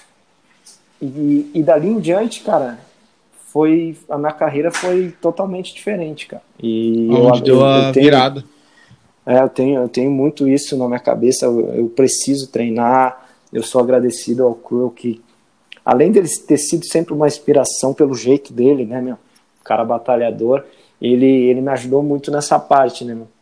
E, e dali em diante, cara, foi, a minha carreira foi totalmente diferente, cara. E Onde eu, deu eu, a eu tenho, virada. É, eu tenho, eu tenho muito isso na minha cabeça, eu, eu preciso treinar, eu sou agradecido ao Cruel, que além dele ter sido sempre uma inspiração pelo jeito dele, né, meu, cara batalhador, ele, ele me ajudou muito nessa parte, né, meu.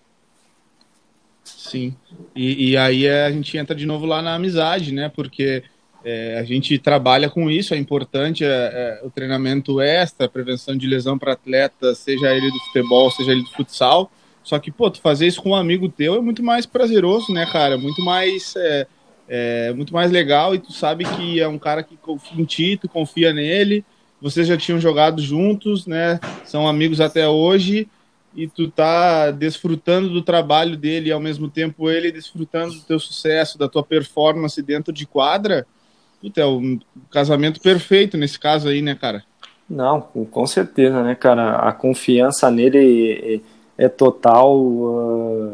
Sim, e, e aí a gente entra de novo lá na amizade, né, porque é, a gente trabalha com isso, é importante é, é, o treinamento extra, a prevenção de lesão para atleta, seja ele do futebol, seja ele do futsal, só que, pô, tu fazer isso com um amigo teu é muito mais prazeroso, né, cara, muito mais, é, é, muito mais legal, e tu sabe que é um cara que confia em ti, tu confia nele, vocês já tinham jogado juntos, né, são amigos até hoje, e tu tá desfrutando do trabalho dele e ao mesmo tempo ele desfrutando do teu sucesso, da tua performance dentro de quadra, puta, é o casamento perfeito nesse caso aí, né, cara? Não, com certeza, né, cara? A confiança nele é, é total. Uh,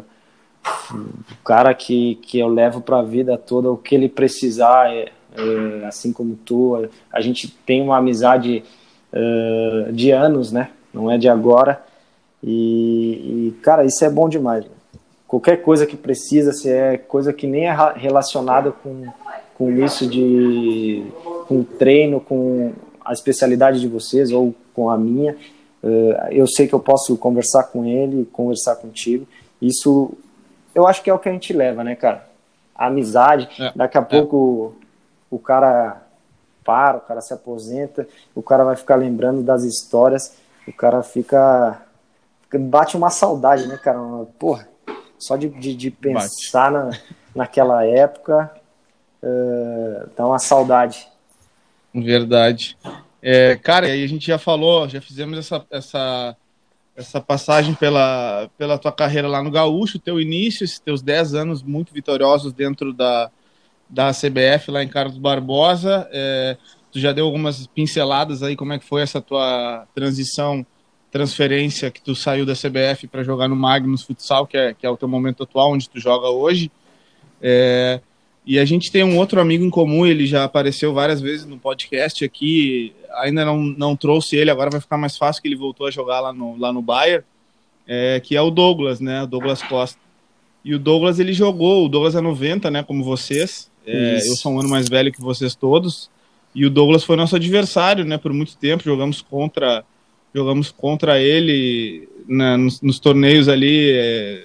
o cara que, que eu levo pra vida toda, o que ele precisar, é, é, assim como tu, a gente tem uma amizade uh, de anos, né? Não é de agora. E, e, cara, isso é bom demais. Qualquer coisa que precisa, se é coisa que nem é relacionada com, com isso de com treino, com a especialidade de vocês ou com a minha, eu sei que eu posso conversar com ele, conversar contigo. Isso eu acho que é o que a gente leva, né, cara? A amizade. É, daqui a pouco é. o cara para, o cara se aposenta, o cara vai ficar lembrando das histórias, o cara fica... bate uma saudade, né, cara? Porra, só de, de, de pensar na, naquela época, uh, dá uma saudade. Verdade. É, cara, aí a gente já falou, já fizemos essa, essa, essa passagem pela, pela tua carreira lá no Gaúcho, teu início, esses teus dez anos muito vitoriosos dentro da, da C B F lá em Carlos Barbosa. É, tu já deu algumas pinceladas aí, como é que foi essa tua transição, transferência que tu saiu da C B F para jogar no Magnus Futsal, que é, que é o teu momento atual, onde tu joga hoje. É, e a gente tem um outro amigo em comum, ele já apareceu várias vezes no podcast aqui, ainda não, não trouxe ele, agora vai ficar mais fácil que ele voltou a jogar lá no, lá no Bayern, é, que é o Douglas, né, o Douglas Costa. E o Douglas, ele jogou, o Douglas é noventa, né, como vocês, é, eu sou um ano mais velho que vocês todos, e o Douglas foi nosso adversário, né, por muito tempo, jogamos contra... Jogamos contra ele na, nos, nos torneios ali é,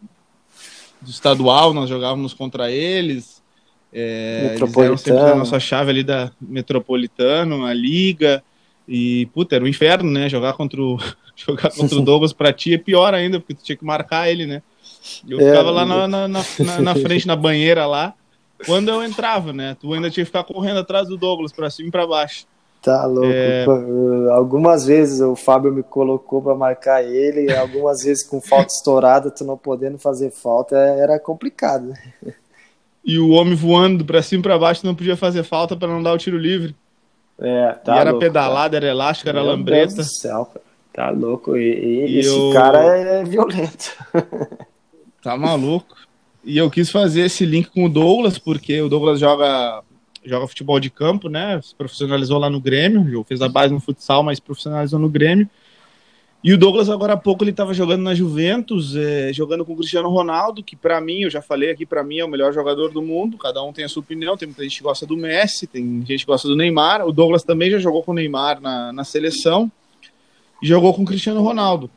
do estadual, nós jogávamos contra eles. É, eles eram sempre da nossa chave ali da Metropolitano, a Liga. E, puta, era um inferno, né? Jogar contra o, Jogar contra o Douglas pra ti é pior ainda, porque tu tinha que marcar ele, né? Eu É, ficava lá na, na, na, na frente, na banheira lá, quando eu entrava, né? Tu ainda tinha que ficar correndo atrás do Douglas, pra cima e pra baixo. tá louco. É, Pô, algumas vezes o Fábio me colocou para marcar ele, algumas vezes com falta estourada, tu não podendo fazer falta, era complicado. e o homem voando pra cima e pra baixo não podia fazer falta pra não dar o tiro livre. É, E tá era louco, tá. pedalada, era elástico, era Meu Deus do lambreta. céu, cara. Tá louco. E, e E esse cara eu... é violento. Tá maluco. E eu quis fazer esse link com o Douglas, porque o Douglas joga, joga futebol de campo, né? Se profissionalizou lá no Grêmio, fez a base no futsal, mas profissionalizou no Grêmio. E o Douglas, agora há pouco, ele estava jogando na Juventus, é, jogando com o Cristiano Ronaldo, que para mim, eu já falei aqui, para mim é o melhor jogador do mundo. Cada um tem a sua opinião, tem muita gente que gosta do Messi, tem gente que gosta do Neymar. O Douglas também já jogou com o Neymar na, na seleção e jogou com o Cristiano Ronaldo.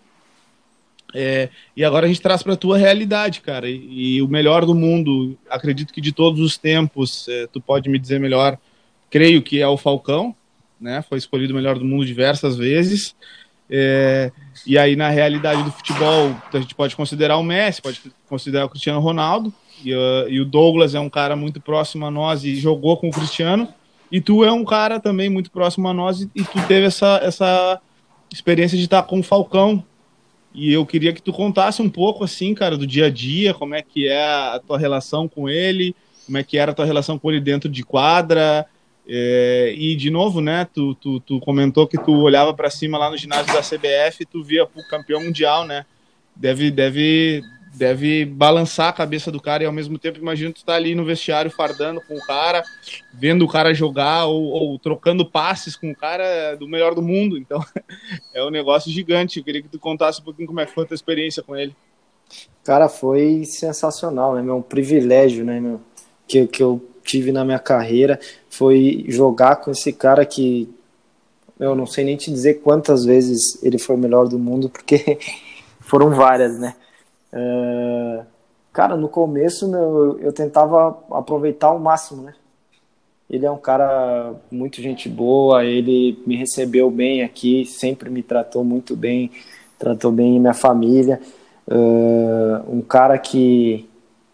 É, e agora a gente traz para a tua realidade, cara. E, e o melhor do mundo, acredito que de todos os tempos, é, tu pode me dizer melhor, creio que é o Falcão, né? Foi escolhido o melhor do mundo diversas vezes. É, e aí, na realidade do futebol, a gente pode considerar o Messi, pode considerar o Cristiano Ronaldo. E, uh, e o Douglas é um cara muito próximo a nós e jogou com o Cristiano. E tu é um cara também muito próximo a nós e, e tu teve essa, essa experiência de estar com o Falcão. E eu queria que tu contasse um pouco, assim, cara, do dia a dia, como é que é a tua relação com ele, como é que era a tua relação com ele dentro de quadra. É, e, de novo, né, tu, tu, tu comentou que tu olhava para cima lá no ginásio da C B F e tu via o campeão mundial, né? Deve, deve, deve balançar a cabeça do cara e, ao mesmo tempo, imagina tu tá ali no vestiário fardando com o cara, vendo o cara jogar ou, ou trocando passes com o cara do melhor do mundo. Então, é um negócio gigante. Eu queria que tu contasse um pouquinho como é que foi a tua experiência com ele. Cara, foi sensacional, né, meu? Um privilégio, né, meu? Que, que eu tive na minha carreira foi jogar com esse cara que eu não sei nem te dizer quantas vezes ele foi o melhor do mundo, porque foram várias, né? Uh, cara, no começo meu, eu tentava aproveitar ao máximo, né? Ele é um cara muito gente boa, ele me recebeu bem aqui, sempre me tratou muito bem, tratou bem minha família. Uh, um cara que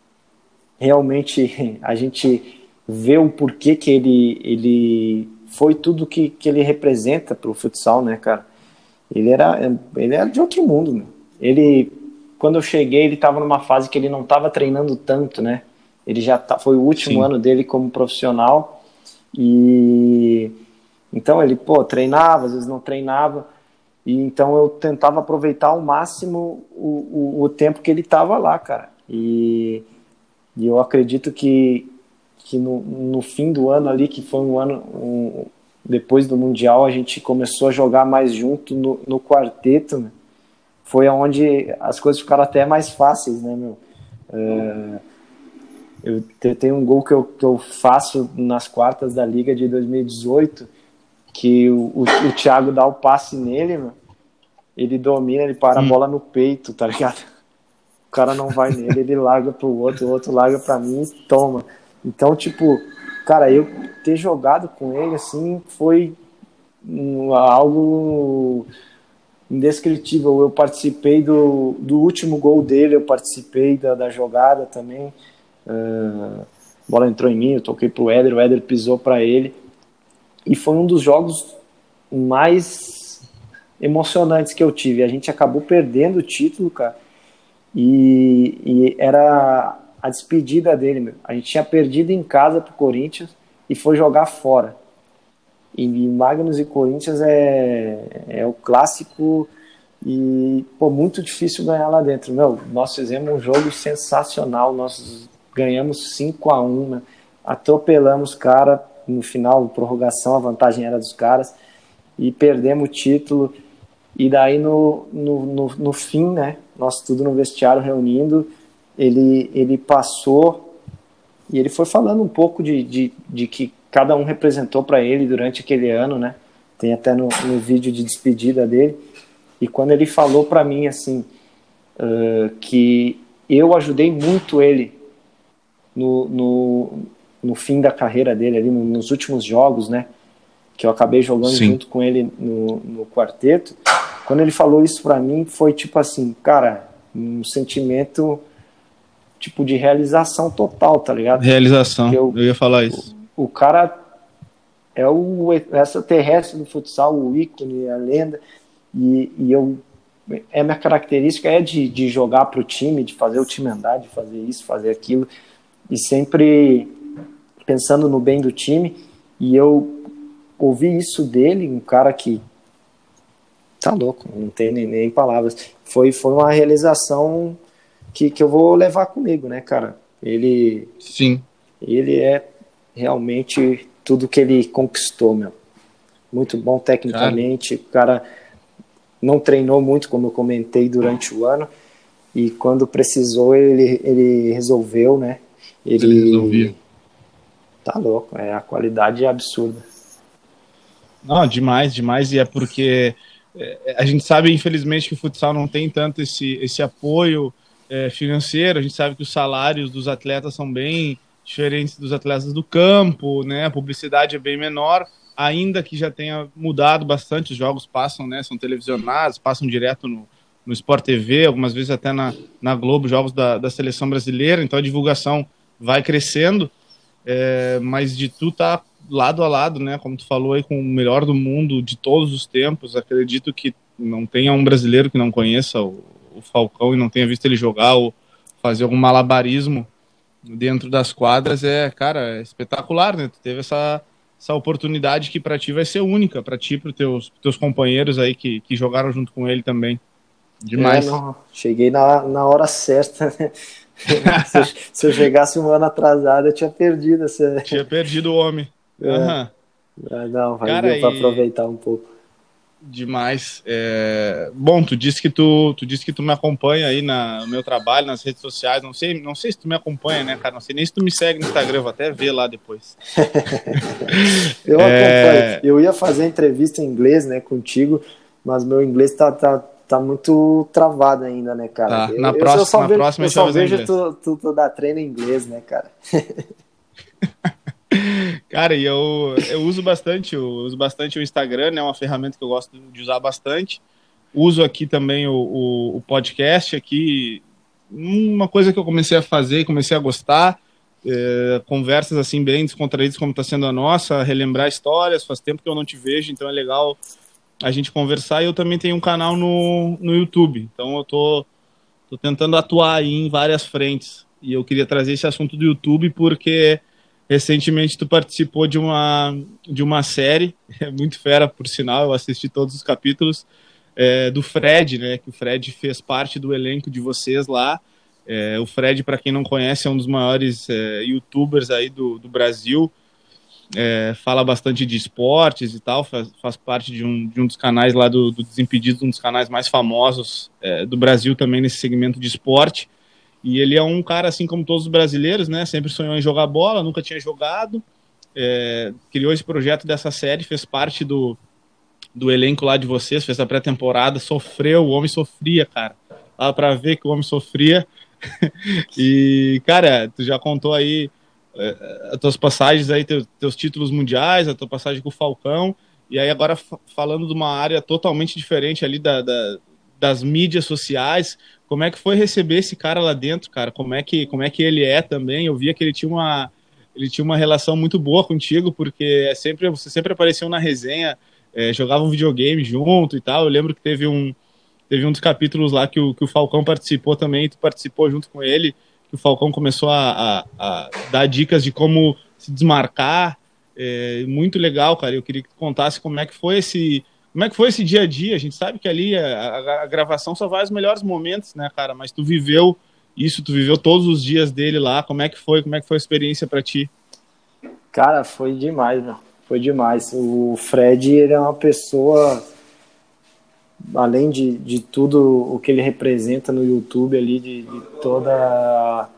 realmente a gente vê o porquê que ele, ele foi tudo que, que ele representa para o futsal, né, cara? Ele era, ele era de outro mundo, né? Ele, quando eu cheguei, ele estava numa fase que ele não estava treinando tanto, né? Ele já tá, foi o último Sim. ano dele como profissional e então ele, pô, treinava, às vezes não treinava, e então eu tentava aproveitar ao máximo o, o, o tempo que ele estava lá, cara. E, e eu acredito que, que no, no fim do ano ali, que foi um ano um, depois do Mundial, a gente começou a jogar mais junto no, no quarteto, né? Foi onde as coisas ficaram até mais fáceis, né, meu? É, eu tenho um gol que eu, que eu faço nas quartas da Liga de dois mil e dezoito, que o, o, o Thiago dá o passe nele, meu, ele domina, ele para a Hum. bola no peito, tá ligado? O cara não vai nele, ele larga pro outro, o outro larga pra mim e toma. Então, tipo, cara, eu ter jogado com ele, assim, foi um, algo indescritível. Eu participei do, do último gol dele, eu participei da, da jogada também. Uh, a bola entrou em mim, eu toquei pro Éder, o Éder pisou pra ele. E foi um dos jogos mais emocionantes que eu tive. A gente acabou perdendo o título, cara, e, e era a despedida dele, meu. A gente tinha perdido em casa pro Corinthians e foi jogar fora. E Magnus e Corinthians é, é o clássico e, pô, muito difícil ganhar lá dentro. Meu, nós fizemos um jogo sensacional, nós ganhamos cinco a um, né? Atropelamos cara no final, prorrogação, a vantagem era dos caras, e perdemos o título. E daí no, no, no, no fim, né, nós tudo no vestiário reunindo, ele, ele passou e ele foi falando um pouco de, de, de que cada um representou para ele durante aquele ano, né? Tem até no, no vídeo de despedida dele. E quando ele falou para mim assim, uh, que eu ajudei muito ele no, no, no fim da carreira dele, ali no, nos últimos jogos, né? Que eu acabei jogando Sim. junto com ele no, no quarteto. quando ele falou isso pra mim, foi tipo assim, cara, um sentimento tipo de realização total, tá ligado? Realização, Eu, eu ia falar o, isso. o cara é o extraterrestre do futsal, o ícone, a lenda, e, e eu, é minha característica é de, de jogar pro time, de fazer o time andar, de fazer isso, fazer aquilo, e sempre pensando no bem do time, e eu ouvi isso dele, um cara que tá louco, não tem nem, nem palavras, foi, foi uma realização que, que eu vou levar comigo, né, cara? Ele, Sim. ele é realmente tudo que ele conquistou, meu. Muito bom tecnicamente, cara. O cara não treinou muito, como eu comentei, durante o ano, e quando precisou ele, ele resolveu, né? Ele, ele resolvia. Tá louco, é, a qualidade é absurda. Não, demais, demais, e é porque é, a gente sabe, infelizmente, que o futsal não tem tanto esse, esse apoio é, financeiro, a gente sabe que os salários dos atletas são bem diferentes dos atletas do campo, né, a publicidade é bem menor, ainda que já tenha mudado bastante, os jogos passam, né, são televisionados, passam direto no, no Sport T V, algumas vezes até na, na Globo, jogos da, da seleção brasileira, então a divulgação vai crescendo, é, mas de tu tá lado a lado, né, como tu falou aí, com o melhor do mundo de todos os tempos, acredito que não tenha um brasileiro que não conheça o, o Falcão e não tenha visto ele jogar ou fazer algum malabarismo dentro das quadras, é, cara, é espetacular, né, tu teve essa, essa oportunidade que pra ti vai ser única, pra ti e pros teus, teus companheiros aí que, que jogaram junto com ele também, É, demais. não, cheguei na, na hora certa, né? se, eu, se eu chegasse um ano atrasado, eu tinha perdido essa... Tinha perdido o homem. Aham. É, não, mas Cara, deu para e aproveitar um pouco. demais. É... Bom, tu disse que tu, tu disse que tu me acompanha aí na, no meu trabalho, nas redes sociais. Não sei, não sei se tu me acompanha, né, cara? Não sei nem se tu me segue no Instagram, vou até ver lá depois. Eu acompanho. É... Eu ia fazer entrevista em inglês, né, contigo, mas meu inglês tá, tá, tá muito travado ainda, né, cara? Tá, Eu, na eu, eu próxima, só na vejo, próxima a eu gente vai só fazer em vejo inglês. tu, tu, tu dar treino em inglês, né, cara? Cara, e eu, eu uso bastante, eu uso bastante o Instagram, né? É uma ferramenta que eu gosto de usar bastante. Uso aqui também o, o, o podcast aqui. Uma coisa que eu comecei a fazer e comecei a gostar, é, conversas assim bem descontraídas como está sendo a nossa, relembrar histórias, faz tempo que eu não te vejo, então é legal a gente conversar. E eu também tenho um canal no, no YouTube, então eu tô, tô tentando atuar aí em várias frentes. E eu queria trazer esse assunto do YouTube porque recentemente tu participou de uma, de uma série, é muito fera, por sinal, eu assisti todos os capítulos, é, do Fred, né? Que o Fred fez parte do elenco de vocês lá. É, o Fred, para quem não conhece, é um dos maiores é, YouTubers aí do, do Brasil. É, fala bastante de esportes e tal, faz, faz parte de um, de um dos canais lá do, do Desimpedidos, um dos canais mais famosos é, do Brasil também nesse segmento de esporte. E ele é um cara, assim como todos os brasileiros, né? Sempre sonhou em jogar bola, nunca tinha jogado. É, criou esse projeto dessa série, fez parte do, do elenco lá de vocês, fez a pré-temporada, sofreu, o homem sofria, cara. Dava pra ver que o homem sofria. E, cara, tu já contou aí é, as tuas passagens aí, teus, teus títulos mundiais, a tua passagem com o Falcão, e aí agora falando de uma área totalmente diferente ali da, da, das mídias sociais, como é que foi receber esse cara lá dentro, cara? Como é que, como é que ele é também? Eu via que ele tinha uma, ele tinha uma relação muito boa contigo, porque é sempre, você sempre apareceu na resenha, é, jogava um videogame junto e tal. Eu lembro que teve um, teve um dos capítulos lá que o, que o Falcão participou também, e tu participou junto com ele, que o Falcão começou a, a, a dar dicas de como se desmarcar. É, muito legal, cara. Eu queria que tu contasse como é que foi esse, como é que foi esse dia a dia. A gente sabe que ali a, a, a gravação só vai os melhores momentos, né, cara? Mas tu viveu isso, tu viveu todos os dias dele lá. Como é que foi? Como é que foi a experiência para ti? Cara, foi demais, meu. Foi demais. O Fred, ele é uma pessoa, além de, de tudo o que ele representa no YouTube ali, de, de toda a,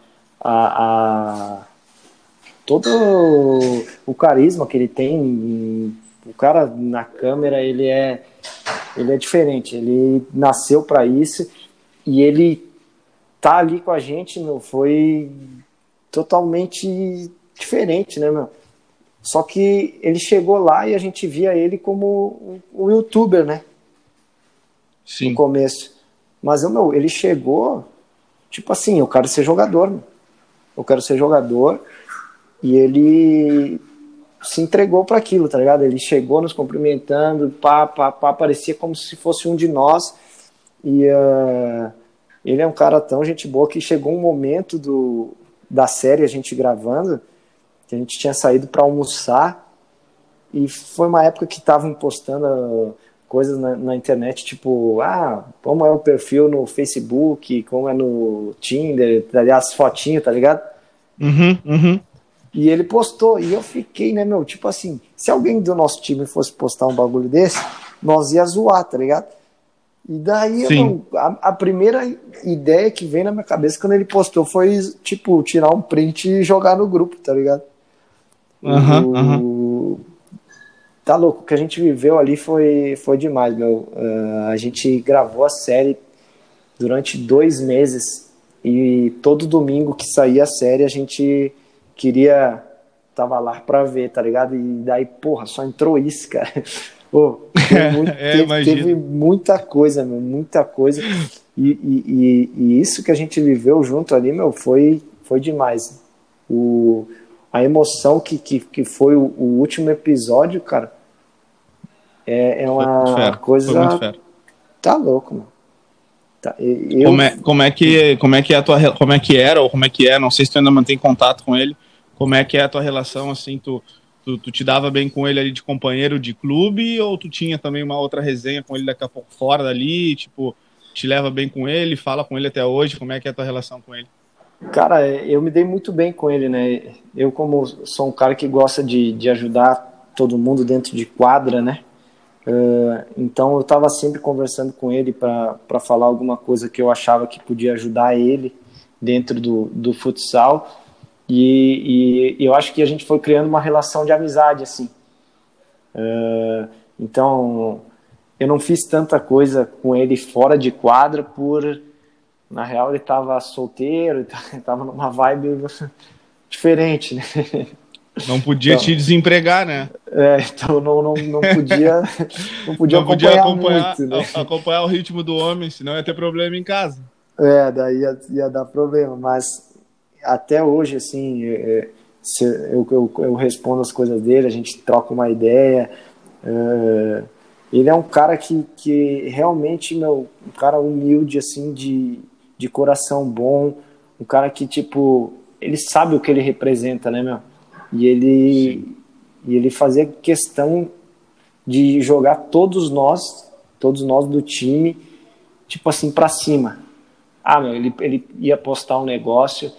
a todo o carisma que ele tem, o cara na câmera, ele é ele é diferente, ele nasceu para isso e ele tá ali com a gente, meu, foi totalmente diferente, né, meu? Só que ele chegou lá e a gente via ele como um youtuber, né? no Sim. começo. Mas, meu, ele chegou, tipo assim, eu quero ser jogador, meu. Eu quero ser jogador. E ele se entregou para aquilo, tá ligado? Ele chegou nos cumprimentando, pá, pá, pá, parecia como se fosse um de nós. E uh, ele é um cara tão gente boa que chegou um momento do, da série, a gente gravando, que a gente tinha saído para almoçar, e foi uma época que estavam postando uh, coisas na, na internet, tipo, ah, como é o perfil no Facebook, como é no Tinder, as fotinhas, tá ligado? Uhum, uhum. E ele postou, e eu fiquei, né, meu, tipo assim, se alguém do nosso time fosse postar um bagulho desse, nós ia zoar, tá ligado? E daí, Sim. meu, a, a primeira ideia que veio na minha cabeça quando ele postou foi, tipo, tirar um print e jogar no grupo, tá ligado? Aham, aham. O... Tá louco, o que a gente viveu ali foi, foi demais, meu. Uh, a gente gravou a série durante dois meses e todo domingo que saía a série a gente queria tava lá pra ver, tá ligado? E daí, porra, só entrou isso, cara. Pô, teve, muito, É, teve, teve imagino. muita coisa, meu, muita coisa. E, e, e, e isso que a gente viveu junto ali, meu, foi, foi demais. O, a emoção que, que, que foi o, o último episódio, cara, é, é Foi muito uma fera. Foi muito coisa. fera. Tá louco, mano. Tá, eu, Como é, como é que, como é que é a tua, re- como é que era, ou como é que é, não sei se tu ainda mantém contato com ele, como é que é a tua relação, assim, tu, tu, tu te dava bem com ele ali de companheiro de clube, ou tu tinha também uma outra resenha com ele daqui a pouco fora dali, tipo, te leva bem com ele, fala com ele até hoje, como é que é a tua relação com ele? Cara, eu me dei muito bem com ele, né? Eu, como sou um cara que gosta de, de ajudar todo mundo dentro de quadra, né? Uh, então eu estava sempre conversando com ele para falar alguma coisa que eu achava que podia ajudar ele dentro do, do futsal. E, e eu acho que a gente foi criando uma relação de amizade, assim. Uh, então eu não fiz tanta coisa com ele fora de quadra por. Na real, ele estava solteiro, estava numa vibe diferente, né? Não podia te Então, desempregar, né? é, então não, não, não podia não podia Não podia acompanhar acompanhar, muito, né? a- acompanhar o ritmo do homem, senão ia ter problema em casa. É, daí ia, ia dar problema, mas até hoje, assim, é, se eu, eu, eu respondo as coisas dele, a gente troca uma ideia. É, ele é um cara que, que realmente, meu, um cara humilde, assim, de, de coração bom, um cara que, tipo, ele sabe o que ele representa, né, meu? E Sim, ele, e ele fazia questão de jogar todos nós, todos nós do time, tipo assim, pra cima. Ah, meu, ele, ele ia postar um negócio,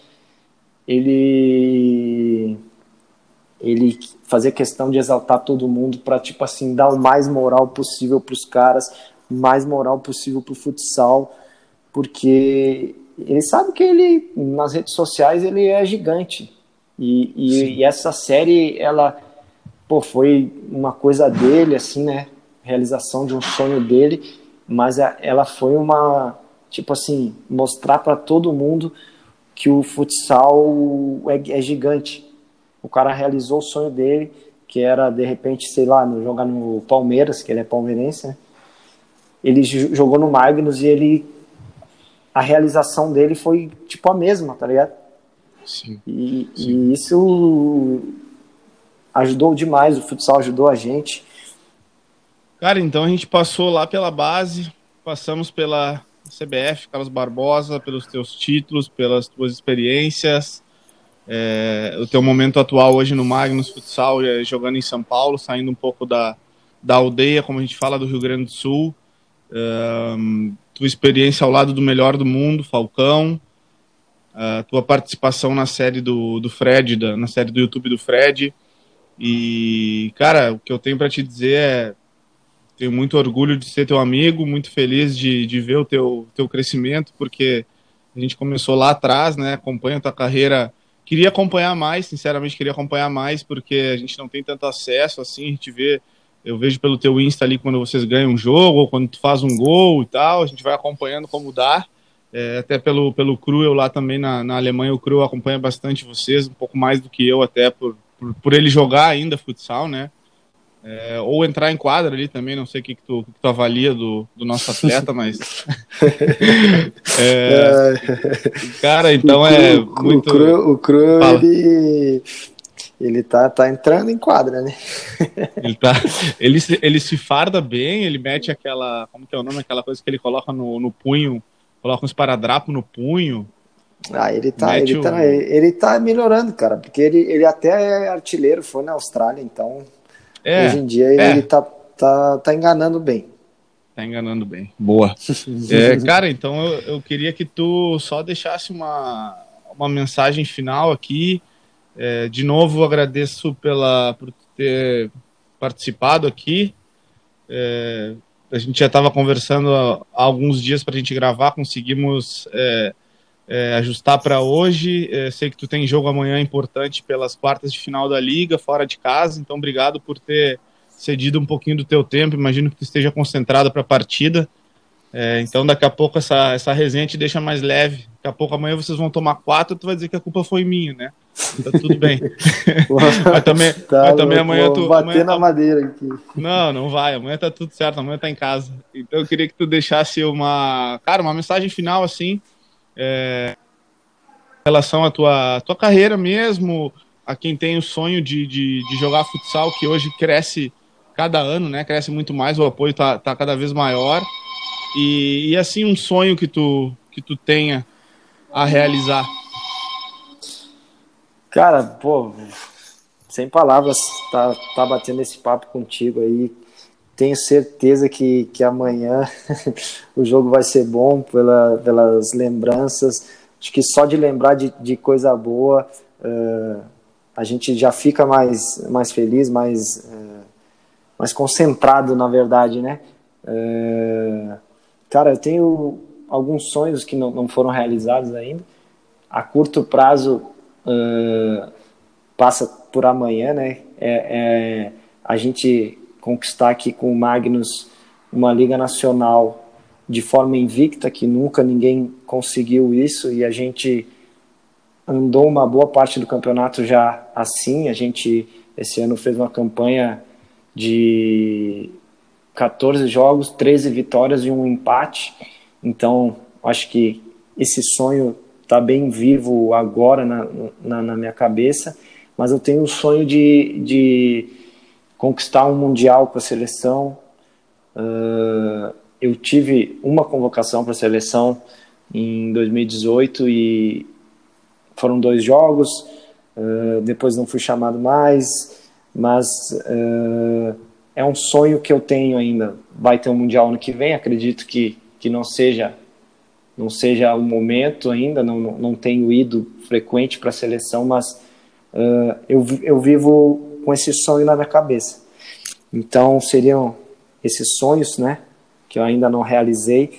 ele ele fazia questão de exaltar todo mundo para tipo assim dar o mais moral possível para os caras, o mais moral possível para o futsal, porque ele sabe que ele nas redes sociais ele é gigante e, e, sim, e essa série ela pô, foi uma coisa dele assim, né, realização de um sonho dele, mas ela foi uma tipo assim mostrar para todo mundo que o futsal é, é gigante. O cara realizou o sonho dele, que era, de repente, sei lá, no, jogar no Palmeiras, que ele é palmeirense, né? Ele jogou no Magnus e ele a realização dele foi tipo a mesma, tá ligado? sim, E, sim. e isso ajudou demais, o futsal ajudou a gente. Cara, então a gente passou lá pela base, passamos pela C B F, Carlos Barbosa, pelos teus títulos, pelas tuas experiências, é, o teu momento atual hoje no Magnus Futsal, é, jogando em São Paulo, saindo um pouco da, da aldeia, como a gente fala, do Rio Grande do Sul, um, tua experiência ao lado do melhor do mundo, Falcão, a tua participação na série do, do Fred, da, na série do YouTube do Fred, e, cara, o que eu tenho para te dizer é tenho muito orgulho de ser teu amigo, muito feliz de, de ver o teu, teu crescimento, porque a gente começou lá atrás, né? Acompanha a tua carreira. Queria acompanhar mais, sinceramente, queria acompanhar mais, porque a gente não tem tanto acesso, assim, a gente vê, eu vejo pelo teu Insta ali quando vocês ganham um jogo, ou quando tu faz um gol e tal, a gente vai acompanhando como dá. É, até pelo, pelo Cruel lá também na, na Alemanha, o Cruel acompanha bastante vocês, um pouco mais do que eu até, por, por, por ele jogar ainda futsal, né? É, ou entrar em quadra ali também, não sei o que, que, tu, que tu avalia do, do nosso atleta, mas. é, cara, O então é Cru, o muito. Cru, o Cru Fala. ele, ele tá, tá entrando em quadra, né? Ele, tá, ele, se, ele se farda bem, ele mete aquela. Como que é o nome? Aquela coisa que ele coloca no, no punho, coloca um esparadrapo no punho, Ah, ele tá, ele mete tá, o. ele tá melhorando, cara, porque ele, ele até é artilheiro, foi na Austrália, então hoje É, em dia ele é, tá, tá, tá enganando bem. tá enganando bem. Boa. É, cara, então eu, eu queria que tu só deixasse uma, uma mensagem final aqui. É, de novo, agradeço pela, por ter participado aqui. É, a gente já estava conversando há, há alguns dias para a gente gravar, conseguimos é, é, ajustar para hoje. É, sei que tu tem jogo amanhã importante pelas quartas de final da Liga, fora de casa, então obrigado por ter cedido um pouquinho do teu tempo. Imagino que tu esteja concentrado para a partida. É, então daqui a pouco essa, essa resenha te deixa mais leve. Daqui a pouco amanhã vocês vão tomar quatro, tu vai dizer que a culpa foi minha, né? E tá tudo bem. mas também, Tá mas também louco, amanhã vou tu. Amanhã, bater na madeira aqui. não, não vai. Amanhã tá tudo certo, amanhã tá em casa. Então eu queria que tu deixasse uma, cara, uma mensagem final assim, em relação à tua, tua carreira mesmo, a quem tem o sonho de, de, de jogar futsal, que hoje cresce cada ano, né? Cresce muito mais, o apoio tá, tá cada vez maior. E, e assim, um sonho que tu, que tu tenha a realizar. Cara, pô, sem palavras, tá, tá batendo esse papo contigo aí. Tenho certeza que, que amanhã o jogo vai ser bom pela, pelas lembranças. Acho que só de lembrar de, de coisa boa, uh, a gente já fica mais, mais feliz, mais, uh, mais concentrado, na verdade, né? Uh, cara, eu tenho alguns sonhos que não, não foram realizados ainda. A curto prazo, uh, passa por amanhã, né? É, é a gente conquistar aqui com o Magnus uma Liga Nacional de forma invicta, que nunca ninguém conseguiu isso, e a gente andou uma boa parte do campeonato já assim. A gente, esse ano, fez uma campanha de quatorze jogos, treze vitórias e um empate. Então, acho que esse sonho está bem vivo agora na, na, na minha cabeça, mas eu tenho o sonho de, de conquistar um mundial com a seleção. Uh, eu tive uma convocação para a seleção em dois mil e dezoito e foram dois jogos, uh, depois não fui chamado mais, mas uh, é um sonho que eu tenho ainda. Vai ter um mundial ano que vem, acredito que, que não seja não seja o momento ainda, não, não tenho ido frequente para a seleção, mas uh, eu, eu vivo com esse sonho na minha cabeça. Então seriam esses sonhos, né, que eu ainda não realizei.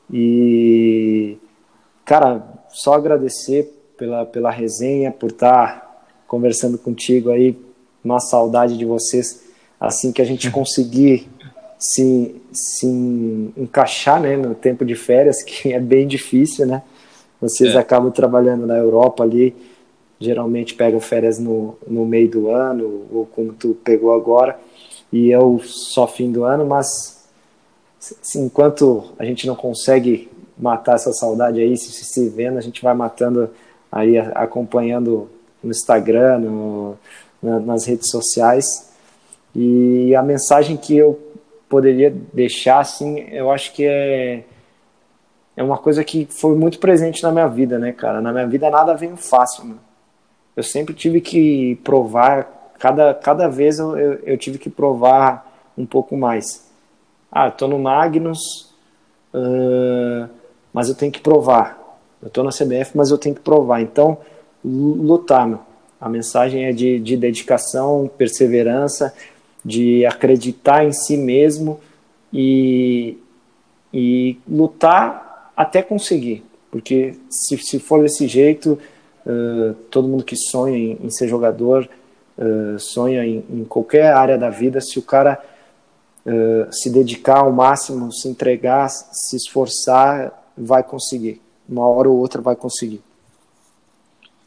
E, cara, só agradecer pela, pela resenha, por estar conversando contigo aí, uma saudade de vocês. Assim que a gente conseguir se, se encaixar, né, no tempo de férias, que é bem difícil, né? Vocês É. acabam trabalhando na Europa ali, geralmente pegam férias no, no meio do ano, ou como tu pegou agora, e eu só fim do ano, mas enquanto a gente não consegue matar essa saudade aí, se, se vendo, a gente vai matando aí, acompanhando no Instagram, no, na, nas redes sociais. E a mensagem que eu poderia deixar, assim, eu acho que é, é uma coisa que foi muito presente na minha vida, né, cara? Na minha vida nada veio fácil, mano. Eu sempre tive que provar, cada, cada vez eu, eu, eu tive que provar um pouco mais. Ah, eu tô no Magnus, uh, mas eu tenho que provar. Eu tô na C B F, mas eu tenho que provar. Então, lutar, meu. A mensagem é de, de dedicação, perseverança, de acreditar em si mesmo e, e lutar até conseguir. Porque se, se for desse jeito, uh, todo mundo que sonha em, em ser jogador, uh, sonha em, em qualquer área da vida, se o cara uh, se dedicar ao máximo, se entregar, se esforçar, vai conseguir. Uma hora ou outra vai conseguir.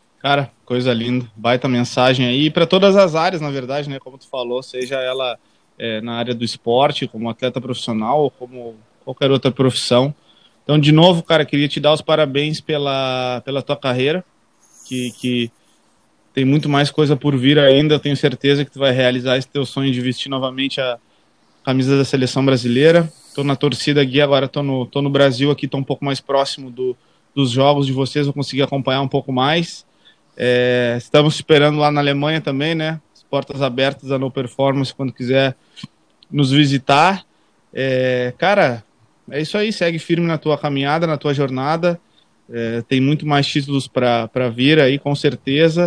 Cara, coisa linda. Baita mensagem aí para todas as áreas, na verdade, né? Como tu falou, seja ela é, na área do esporte, como atleta profissional ou como qualquer outra profissão. Então, de novo, cara, queria te dar os parabéns pela, pela tua carreira, que, que tem muito mais coisa por vir ainda. Eu tenho certeza que tu vai realizar esse teu sonho de vestir novamente a camisa da seleção brasileira. Estou na torcida aqui, agora estou no, tô no Brasil aqui, estou um pouco mais próximo do, dos jogos de vocês, vou conseguir acompanhar um pouco mais. É, estamos esperando lá na Alemanha também, né? As portas abertas da No Performance, quando quiser nos visitar. É, cara, é isso aí, segue firme na tua caminhada, na tua jornada. É, tem muito mais títulos para vir aí, com certeza.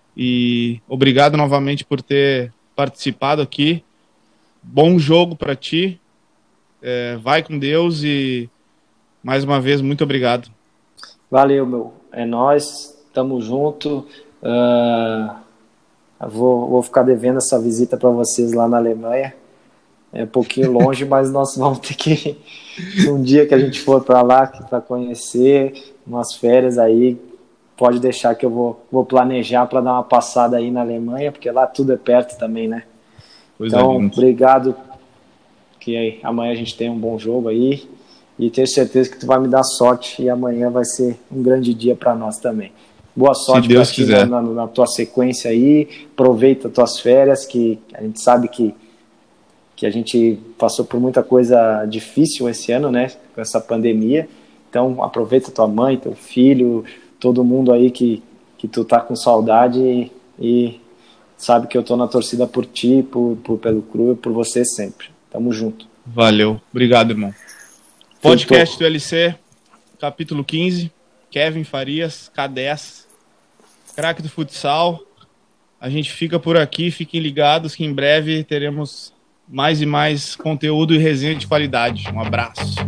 E obrigado novamente por ter participado aqui. Bom jogo para ti. É, vai com Deus e mais uma vez, muito obrigado. Valeu, meu. É nóis, tamo junto. Uh, vou, vou ficar devendo essa visita para vocês lá na Alemanha. É um pouquinho longe, mas nós vamos ter que, um dia que a gente for para lá, para conhecer, umas férias aí, pode deixar que eu vou, vou planejar para dar uma passada aí na Alemanha, porque lá tudo é perto também, né? Pois então, é, obrigado, que aí, amanhã a gente tem um bom jogo aí, e tenho certeza que tu vai me dar sorte, e amanhã vai ser um grande dia para nós também. Boa sorte para ti na, na, na tua sequência aí, aproveita tuas férias, que a gente sabe que que a gente passou por muita coisa difícil esse ano, né, com essa pandemia. Então, aproveita tua mãe, teu filho, todo mundo aí que, que tu tá com saudade e, e sabe que eu tô na torcida por ti, por, por, pelo Cru e por você sempre. Tamo junto. Valeu. Obrigado, irmão. Podcast do L C, capítulo quinze, Kevin Farias, K dez, craque do futsal. A gente fica por aqui, fiquem ligados que em breve teremos mais e mais conteúdo e resenha de qualidade. Um abraço.